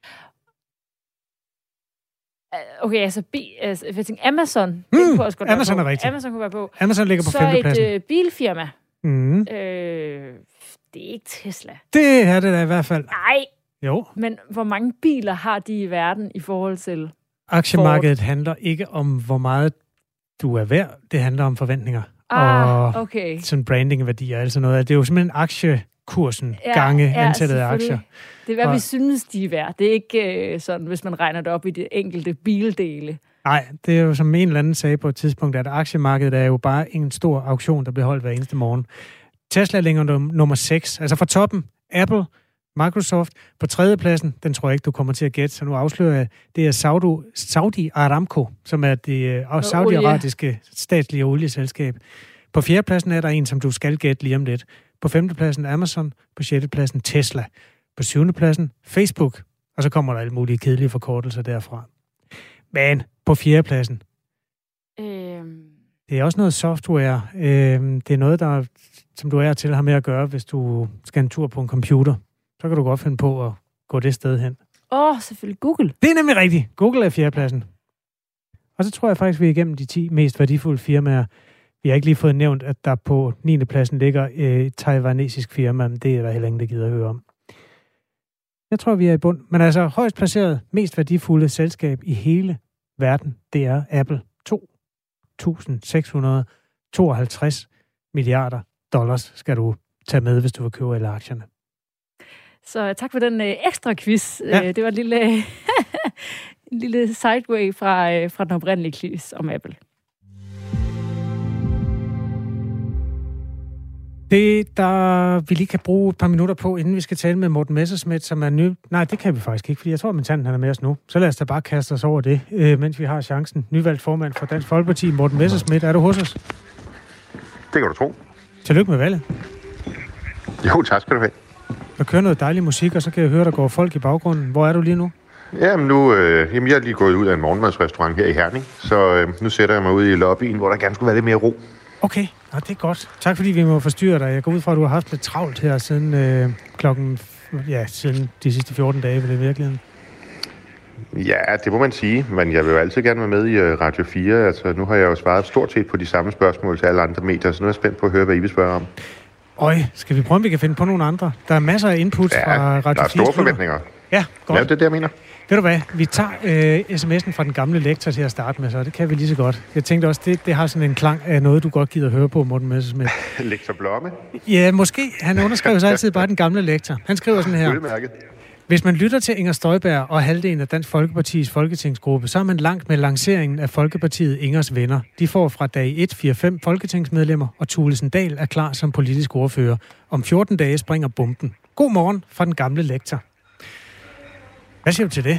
Okay, altså jeg tænker, Amazon. Amazon er rigtigt. Amazon kunne være på. Amazon ligger på 5. pladsen. Så et bilfirma. Mm. Det er ikke Tesla. Det er det da i hvert fald. Nej. Jo. Men hvor mange biler har de i verden i forhold til aktiemarkedet handler ikke om, hvor meget du er værd. Det handler om forventninger. Og sådan brandingværdier og sådan noget. Det er jo simpelthen aktiekursen gange antallet af aktier. Det er, hvad vi synes, de er værd. Det er ikke sådan, hvis man regner det op i det enkelte bildele. Nej, det er jo som en eller anden sagde på et tidspunkt, at aktiemarkedet er jo bare en stor auktion, der bliver holdt hver eneste morgen. Tesla er længere nummer 6. Altså fra toppen, Apple, Microsoft. På 3. pladsen, den tror jeg ikke, du kommer til at gætte, så nu afslører jeg, det er Saudi Aramco, som er det saudiarabiske statslige olieselskab. På 4. pladsen er der en, som du skal gætte lige om lidt. På 5. pladsen Amazon, på 6. pladsen Tesla. På 7. pladsen Facebook, og så kommer der alle mulige kedelige forkortelser derfra. Men på 4. pladsen, det er også noget software. Det er noget, der, som du er til har med at gøre, hvis du skal en tur på en computer. Så kan du godt finde på at gå det sted hen. Selvfølgelig Google. Det er nemlig rigtigt. Google er 4. pladsen. Og så tror jeg faktisk, vi er igennem de 10 mest værdifulde firmaer. Vi har ikke lige fået nævnt, at der på 9. pladsen ligger et taiwanesisk firma, men det er der heller ingen, der gider at høre om. Jeg tror, vi er i bund. Men altså, højst placeret, mest værdifulde selskab i hele verden, det er Apple. 2.652 milliarder dollars skal du tage med, hvis du vil købe alle aktierne. Så tak for den ekstra quiz. Ja. Det var en lille sideway fra den oprindelige quiz om Apple. Det, der vi lige kan bruge et par minutter på, inden vi skal tale med Morten Messerschmidt, som er ny... Nej, det kan vi faktisk ikke, fordi jeg tror, at min tand er med os nu. Så lad os da bare kaste os over det, mens vi har chancen. Nyvalgt formand for Dansk Folkeparti, Morten Messerschmidt. Er du hos os? Det kan du tro. Tillykke med valget. Jo, tak skal du have. Der kører noget dejlig musik, og så kan jeg høre, der går folk i baggrunden. Hvor er du lige nu? Jamen jeg er lige gået ud af en morgenmadsrestaurant her i Herning, så nu sætter jeg mig ud i lobbyen, hvor der gerne skulle være lidt mere ro. Okay, nå, det er godt. Tak fordi vi må forstyrre dig. Jeg går ud fra, at du har haft lidt travlt her siden siden de sidste 14 dage, vel i virkeligheden. Ja, det må man sige, men jeg vil jo altid gerne være med i Radio 4. Altså, nu har jeg jo svaret stort set på de samme spørgsmål til alle andre medier, så nu er jeg spændt på at høre, hvad I vil spørge om. Skal vi prøve, om vi kan finde på nogle andre? Der er masser af input fra Radio 4. Der er store forventninger. Ja, godt. Ja, det er det, jeg mener. Ved du hvad, vi tager sms'en fra den gamle lektor til at starte med, så det kan vi lige så godt. Jeg tænkte også, det har sådan en klang af noget, du godt gider høre på, Morten Messerschmidt. Lektor Blomme? Ja, måske. Han underskriver så altid bare den gamle lektor. Han skriver sådan her. Udmærket. Hvis man lytter til Inger Støjberg og halvdelen af Dansk Folkepartis folketingsgruppe, så er man langt med lanceringen af Folkepartiet Ingers venner. De får fra dag 1 4-5 folketingsmedlemmer, og Thulesen Dahl er klar som politisk ordfører. Om 14 dage springer bomben. God morgen fra den gamle lektor. Hvad siger du til det?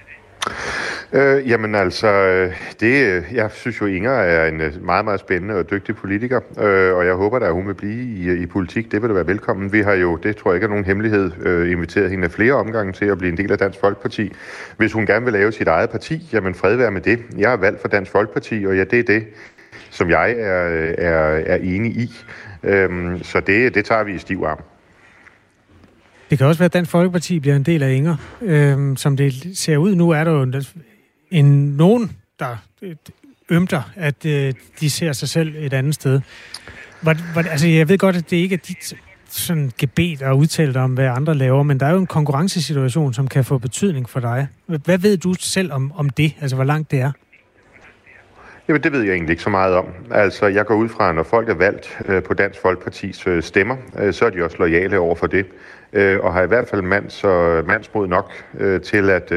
Jamen altså, jeg synes jo, Inger er en meget, meget spændende og dygtig politiker, og jeg håber da, at hun vil blive i politik. Det vil da være velkommen. Vi har jo, det tror jeg ikke er nogen hemmelighed, inviteret hende flere omgange til at blive en del af Dansk Folkeparti. Hvis hun gerne vil lave sit eget parti, jamen fred være med det. Jeg har valgt for Dansk Folkeparti, og ja, det er det, som jeg er enig i. Så det tager vi i stiv arm. Det kan også være, at Dansk Folkeparti bliver en del af Inger. Som det ser ud nu, er der jo nogen, der ømter, at de ser sig selv et andet sted. Altså, jeg ved godt, at det ikke er dit sådan gebet at udtale dig om, hvad andre laver, men der er jo en konkurrencesituation, som kan få betydning for dig. Hvad ved du selv om det? Altså, hvor langt det er? Jamen, det ved jeg egentlig ikke så meget om. Altså, jeg går ud fra, når folk er valgt på Dansk Folkepartis stemmer, så er de også loyale over for det, og har i hvert fald mandsmod nok til at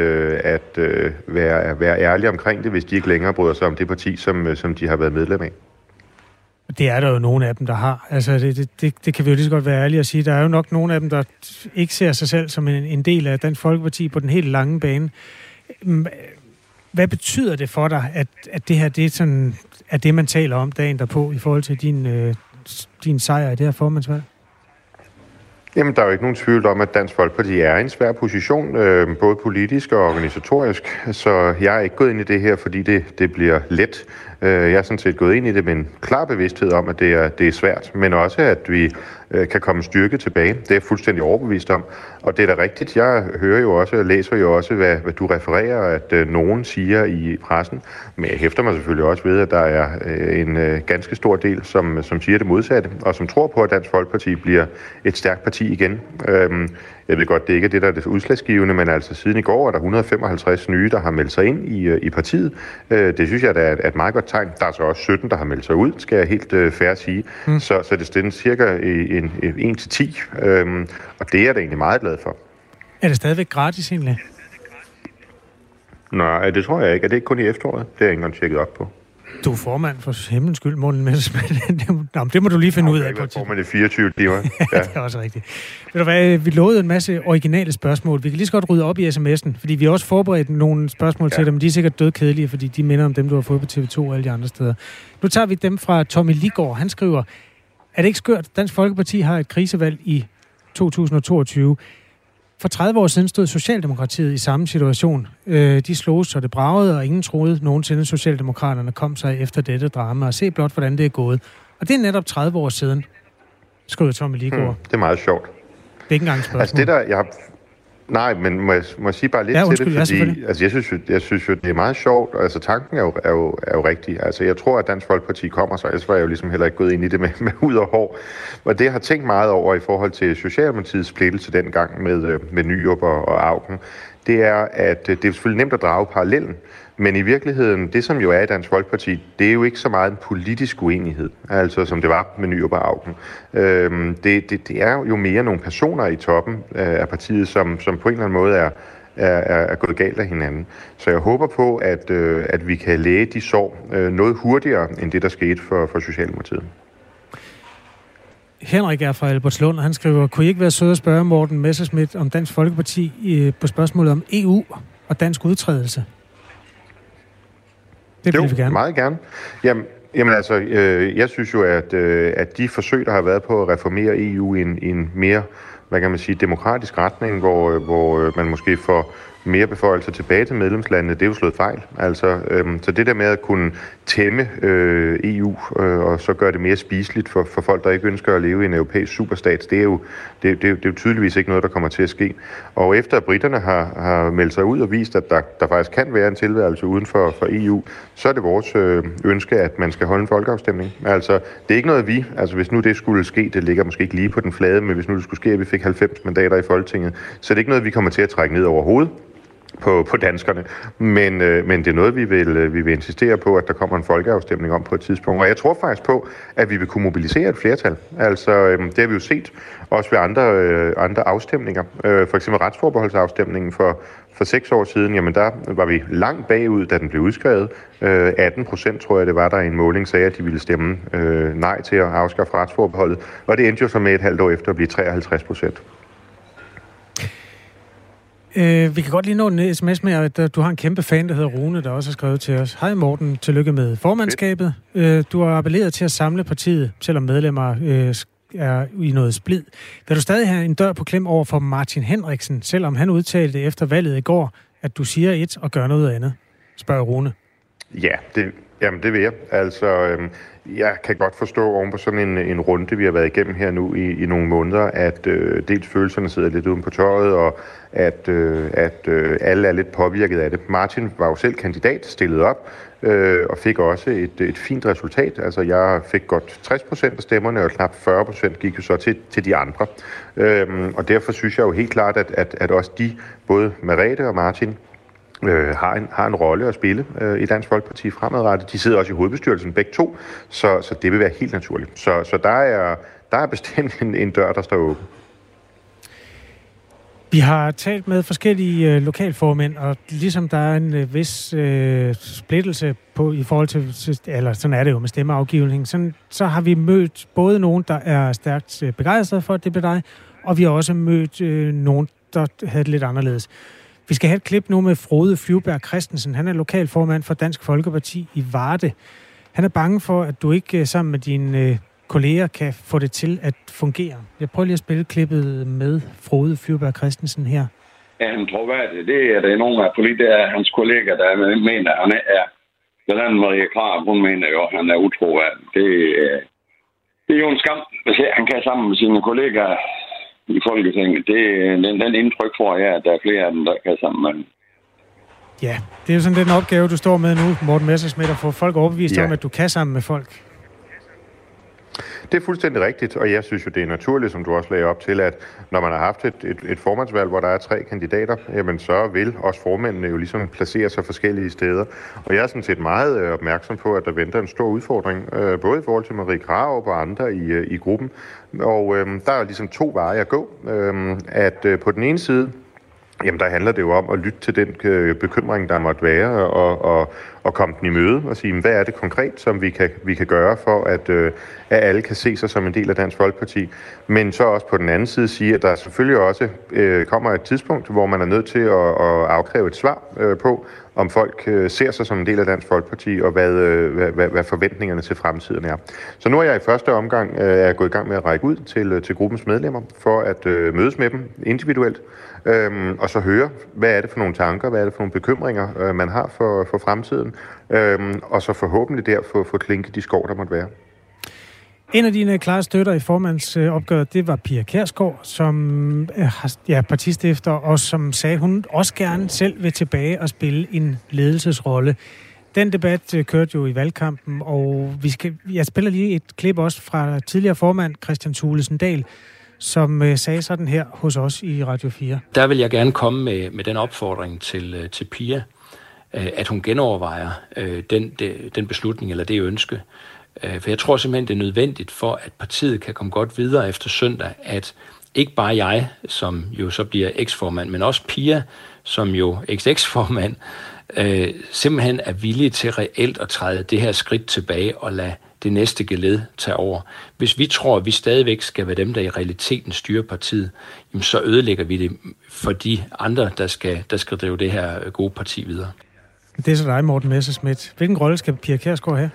være ærlige omkring det, hvis de ikke længere bryder sig om det parti, som de har været medlem af. Det er der jo nogle af dem, der har. Altså, det kan vi jo lige så godt være ærlige at sige. Der er jo nok nogle af dem, der ikke ser sig selv som en del af Dansk Folkeparti på den helt lange bane. Hvad betyder det for dig, at det her det er, sådan, er det, man taler om dagen derpå i forhold til din sejr i det her formandsvalg? Jamen, der er jo ikke nogen tvivl om, at Dansk Folkeparti er i en svær position, både politisk og organisatorisk, så jeg er ikke gået ind i det her, fordi det bliver let. Jeg er sådan set gået ind i det med en klar bevidsthed om, at det er svært, men også, at vi kan komme styrke tilbage. Det er jeg fuldstændig overbevist om, og det er da rigtigt. Jeg hører jo også og læser jo også, hvad du refererer, at nogen siger i pressen, men jeg hæfter mig selvfølgelig også ved, at der er en ganske stor del, som siger det modsatte, og som tror på, at Dansk Folkeparti bliver et stærkt parti igen. Jeg ved godt, det ikke er det, der er det udslagsgivende, men altså siden i går er der 155 nye, der har meldt sig ind i partiet. Det synes jeg, der er et meget godt tegn. Der er så også 17, der har meldt sig ud, skal jeg helt fair sige. Så det stiller cirka 1-10, og det er jeg da egentlig meget glad for. Er det stadigvæk gratis egentlig? Nej, det tror jeg ikke. Er det ikke kun i efteråret? Det har jeg ikke engang tjekket op på. Du er formand for himlens skyld, Morten Messerschmidt. Det må du lige finde ud af. Jeg er formand i 24 timer. Ja, det er også rigtigt. Ved du hvad, vi lovede en masse originale spørgsmål. Vi kan lige så godt rydde op i sms'en, fordi vi har også forberedt nogle spørgsmål til dem, men de er sikkert dødkedelige, fordi de minder om dem, du har fået på TV2 og alle de andre steder. Nu tager vi dem fra Tommy Ligård. Han skriver, er det ikke skørt, Dansk Folkeparti har et krisevalg i 2022? For 30 år siden stod Socialdemokratiet i samme situation. De sloges, så det bragede, og ingen troede nogensinde, Socialdemokraterne kom sig efter dette drama. Og se blot, hvordan det er gået. Og det er netop 30 år siden, skriver Tommy Ligård. Det er meget sjovt. Det er ikke engang et spørgsmål. Altså det der, jeg har... Nej, men må jeg sige bare lidt til det, fordi altså, jeg synes jo, det er meget sjovt, og altså tanken er jo rigtig. Altså jeg tror, at Dansk Folkeparti kommer sig, ellers var jeg jo ligesom heller ikke gået ind i det med hud og hår. Og det jeg har tænkt meget over i forhold til Socialdemokratiets splittelse dengang med Nyrup og Auken, det er, at det er selvfølgelig nemt at drage parallellen, men i virkeligheden, det som jo er i Dansk Folkeparti, det er jo ikke så meget en politisk uenighed, altså som det var med Nyrup og Auken. Det er jo mere nogle personer i toppen af partiet, som på en eller anden måde er gået galt af hinanden. Så jeg håber på, at vi kan læge de sår noget hurtigere, end det, der skete for Socialdemokratiet. Henrik er fra Albertslund, og han skriver, kunne I ikke være søde at spørge Morten Messerschmidt om Dansk Folkeparti på spørgsmålet om EU og dansk udtrædelse? Det vil vi gerne. Meget gerne. Jamen altså, jeg synes jo, at de forsøg, der har været på at reformere EU i en mere, hvad kan man sige, demokratisk retning, hvor man måske får mere beføjelser tilbage til medlemslandene, det er jo slået fejl. Altså, så det der med at kunne tæmme EU og så gøre det mere spiseligt for folk, der ikke ønsker at leve i en europæisk superstat, det er jo tydeligvis ikke noget, der kommer til at ske. Og efter at britterne har meldt sig ud og vist, at der faktisk kan være en tilværelse uden for EU, så er det vores ønske, at man skal holde en folkeafstemning. Altså, det er ikke noget altså hvis nu det skulle ske, det ligger måske ikke lige på den flade, men hvis nu det skulle ske, at vi fik 90 mandater i Folketinget, så er det ikke noget, vi kommer til at trække ned over hovedet på danskerne, men det er noget, vi vil insistere på, at der kommer en folkeafstemning om på et tidspunkt. Og jeg tror faktisk på, at vi vil kunne mobilisere et flertal. Altså, det har vi jo set også ved andre afstemninger. For eksempel retsforbeholdsafstemningen for 6 år siden, jamen der var vi langt bagud, da den blev udskrevet. 18% tror jeg, det var der i en måling, sagde, at de ville stemme nej til at afskaffe retsforbeholdet. Og det endte jo så med et halvt år efter at blive 53%. Vi kan godt lige nå en sms med, at du har en kæmpe fan, der hedder Rune, der også har skrevet til os. Hej Morten, tillykke med formandskabet. Du har appelleret til at samle partiet, selvom medlemmer er i noget splid. Vil du stadig have en dør på klem over for Martin Henriksen, selvom han udtalte efter valget i går, at du siger et og gør noget andet? Spørger Rune. Ja, det vil jeg. Altså, jeg kan godt forstå oven på sådan en runde, vi har været igennem her nu i nogle måneder, at dels følelserne sidder lidt uden på tøjet, og at alle er lidt påvirket af det. Martin var jo selv kandidat, stillet op, og fik også et fint resultat. Altså, jeg fik godt 60% af stemmerne, og knap 40% gik jo så til de andre. Og derfor synes jeg jo helt klart, at også de, både Merete og Martin, har en rolle at spille i Dansk Folkeparti fremadrettet. De sidder også i hovedbestyrelsen begge to, så det vil være helt naturligt. Så der er bestemt en dør, der står åben. Vi har talt med forskellige lokalformænd, og ligesom der er en vis splittelse på i forhold til, eller sådan er det jo med stemmeafgivning, så har vi mødt både nogen, der er stærkt begejstrede for, at det blev dig, og vi har også mødt nogen, der havde det lidt anderledes. Vi skal have et klip nu med Frode Flyvberg Christensen. Han er lokalformand for Dansk Folkeparti i Varde. Han er bange for, at du ikke sammen med dine kolleger kan få det til at fungere. Jeg prøver lige at spille klippet med Frode Flyvberg Christensen her. Er han troværdig? Det er der nogle af hans kolleger, der mener, at han er. Blandt andet Marie Krarup, hun mener jo, at han er utroværdig. Det er jo en skam, hvis han kan sammen med sine kolleger i Folketinget. Den indtryk får jeg, at der er flere af dem, der kan sammen med dem. Ja, det er jo sådan den opgave, du står med nu, Morten Messerschmidt, at få folk overbevist om, at du kan sammen med folk. Det er fuldstændig rigtigt, og jeg synes jo, det er naturligt, som du også lagde op til, at når man har haft et formandsvalg, hvor der er 3 kandidater, jamen så vil også formændene jo ligesom placere sig forskellige steder. Og jeg er sådan set meget opmærksom på, at der venter en stor udfordring, både i forhold til Marie Krarup og andre i gruppen. Og der er ligesom 2 veje at gå. At på den ene side, jamen der handler det jo om at lytte til den bekymring, der måtte være, og komme den i møde og sige, hvad er det konkret, som vi kan gøre for, at alle kan se sig som en del af Dansk Folkeparti. Men så også på den anden side sige, at der selvfølgelig også kommer et tidspunkt, hvor man er nødt til at afkræve et svar på, om folk ser sig som en del af Dansk Folkeparti, og hvad forventningerne til fremtiden er. Så nu er jeg i første omgang gået i gang med at række ud til gruppens medlemmer, for at mødes med dem individuelt, og så høre, hvad er det for nogle tanker, hvad er det for nogle bekymringer, man har for fremtiden, og så forhåbentlig der få klinket de skår, der måtte være. En af dine klare støtter i formandsopgøret, det var Pia Kjærsgaard, som er partistifter, og som sagde, hun også gerne selv vil tilbage og spille en ledelsesrolle. Den debat kørte jo i valgkampen, og jeg spiller lige et klip også fra tidligere formand Kristian Thulesen Dahl, som sagde sådan her hos os i Radio 4. Der vil jeg gerne komme med den opfordring til Pia, at hun genovervejer den beslutning eller det ønske. For jeg tror simpelthen, det er nødvendigt for, at partiet kan komme godt videre efter søndag, at ikke bare jeg, som jo så bliver eksformand, men også Pia, som jo eks-formand, simpelthen er villige til reelt at træde det her skridt tilbage og lade det næste geled tage over. Hvis vi tror, at vi stadigvæk skal være dem, der i realiteten styrer partiet, jamen så ødelægger vi det for de andre, der skal drive det her gode parti videre. Det er så dig, Morten Messerschmidt. Hvilken rolle skal Pia Kjærsgaard have?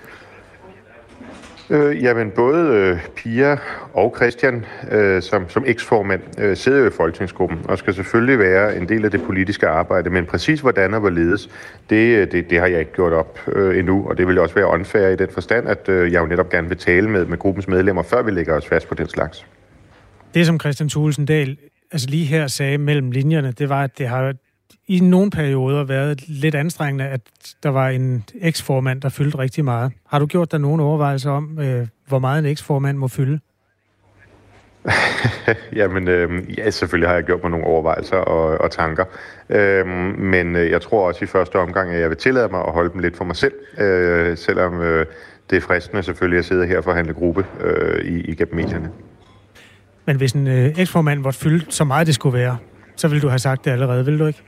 Jamen både Pia og Christian som eksformand sidder jo i folketingsgruppen og skal selvfølgelig være en del af det politiske arbejde, men præcis hvordan og hvorledes, det har jeg ikke gjort op endnu, og det vil også være unfair i den forstand, at jeg jo netop gerne vil tale med gruppens medlemmer, før vi lægger os fast på den slags. Det som Kristian Thulesen Dahl altså lige her sagde mellem linjerne, det var, at det har i nogle perioder været lidt anstrengende, at der var en eksformand, der fyldte rigtig meget. Har du gjort dig nogle overvejelser om, hvor meget en eksformand må fylde? Jamen, ja, selvfølgelig har jeg gjort mig nogle overvejelser og tanker. Men jeg tror også i første omgang, at jeg vil tillade mig at holde dem lidt for mig selv, selvom det er fristende selvfølgelig at sidde her og forhandle gruppe igennem medierne. Men hvis en eksformand måtte fylde så meget det skulle være, så ville du have sagt det allerede, ville du ikke?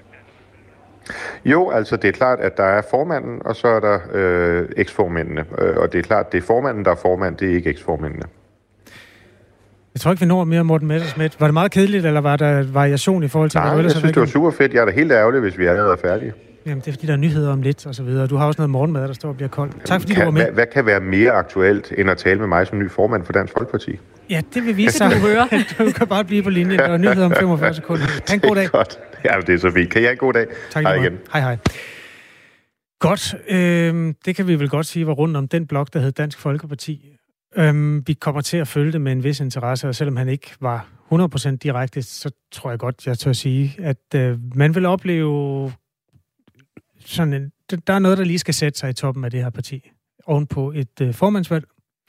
Jo, altså det er klart, at der er formanden, og så er der eksformændene. Og det er klart, det er formanden, der er formand, det er ikke eksformændene. Jeg tror ikke, vi når mere, Morten Messerschmidt. Var det meget kedeligt, eller var der variation i forhold til... Nej, jeg synes, det var super fedt. Jeg er da helt ærgerlig, hvis vi allerede er færdige. Jamen, det er fordi, der er nyheder om lidt, og så videre. Du har også noget morgenmad, der står og bliver koldt. Tak fordi du var med. Hvad kan være mere aktuelt, end at tale med mig som ny formand for Dansk Folkeparti? Ja, det vil vise sig. Du kan bare blive på linjen. Der er nyheder om 45 sekunder. Ha' en god dag. Godt. Ja, det er så fint. Kan jeg have en god dag? Tak hej igen. Hej. Godt. Det kan vi vel godt sige var rundt om den blok, der hed Dansk Folkeparti. Vi kommer til at følge det med en vis interesse, og selvom han ikke var 100% direkte, så tror jeg godt, jeg tør sige, at man vil opleve sådan der er noget, der lige skal sætte sig i toppen af det her parti. Ovenpå et formandsvalg,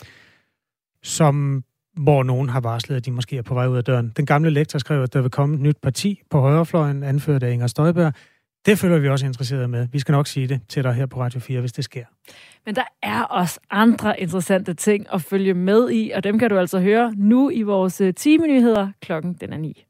hvor nogen har varslet, at de måske er på vej ud af døren. Den gamle lektor skrev, at der vil komme et nyt parti på højrefløjen, anført af Inger Støjberg. Det føler vi også interesseret med. Vi skal nok sige det til dig her på Radio 4, hvis det sker. Men der er også andre interessante ting at følge med i, og dem kan du altså høre nu i vores timenyheder. Klokken den er 9.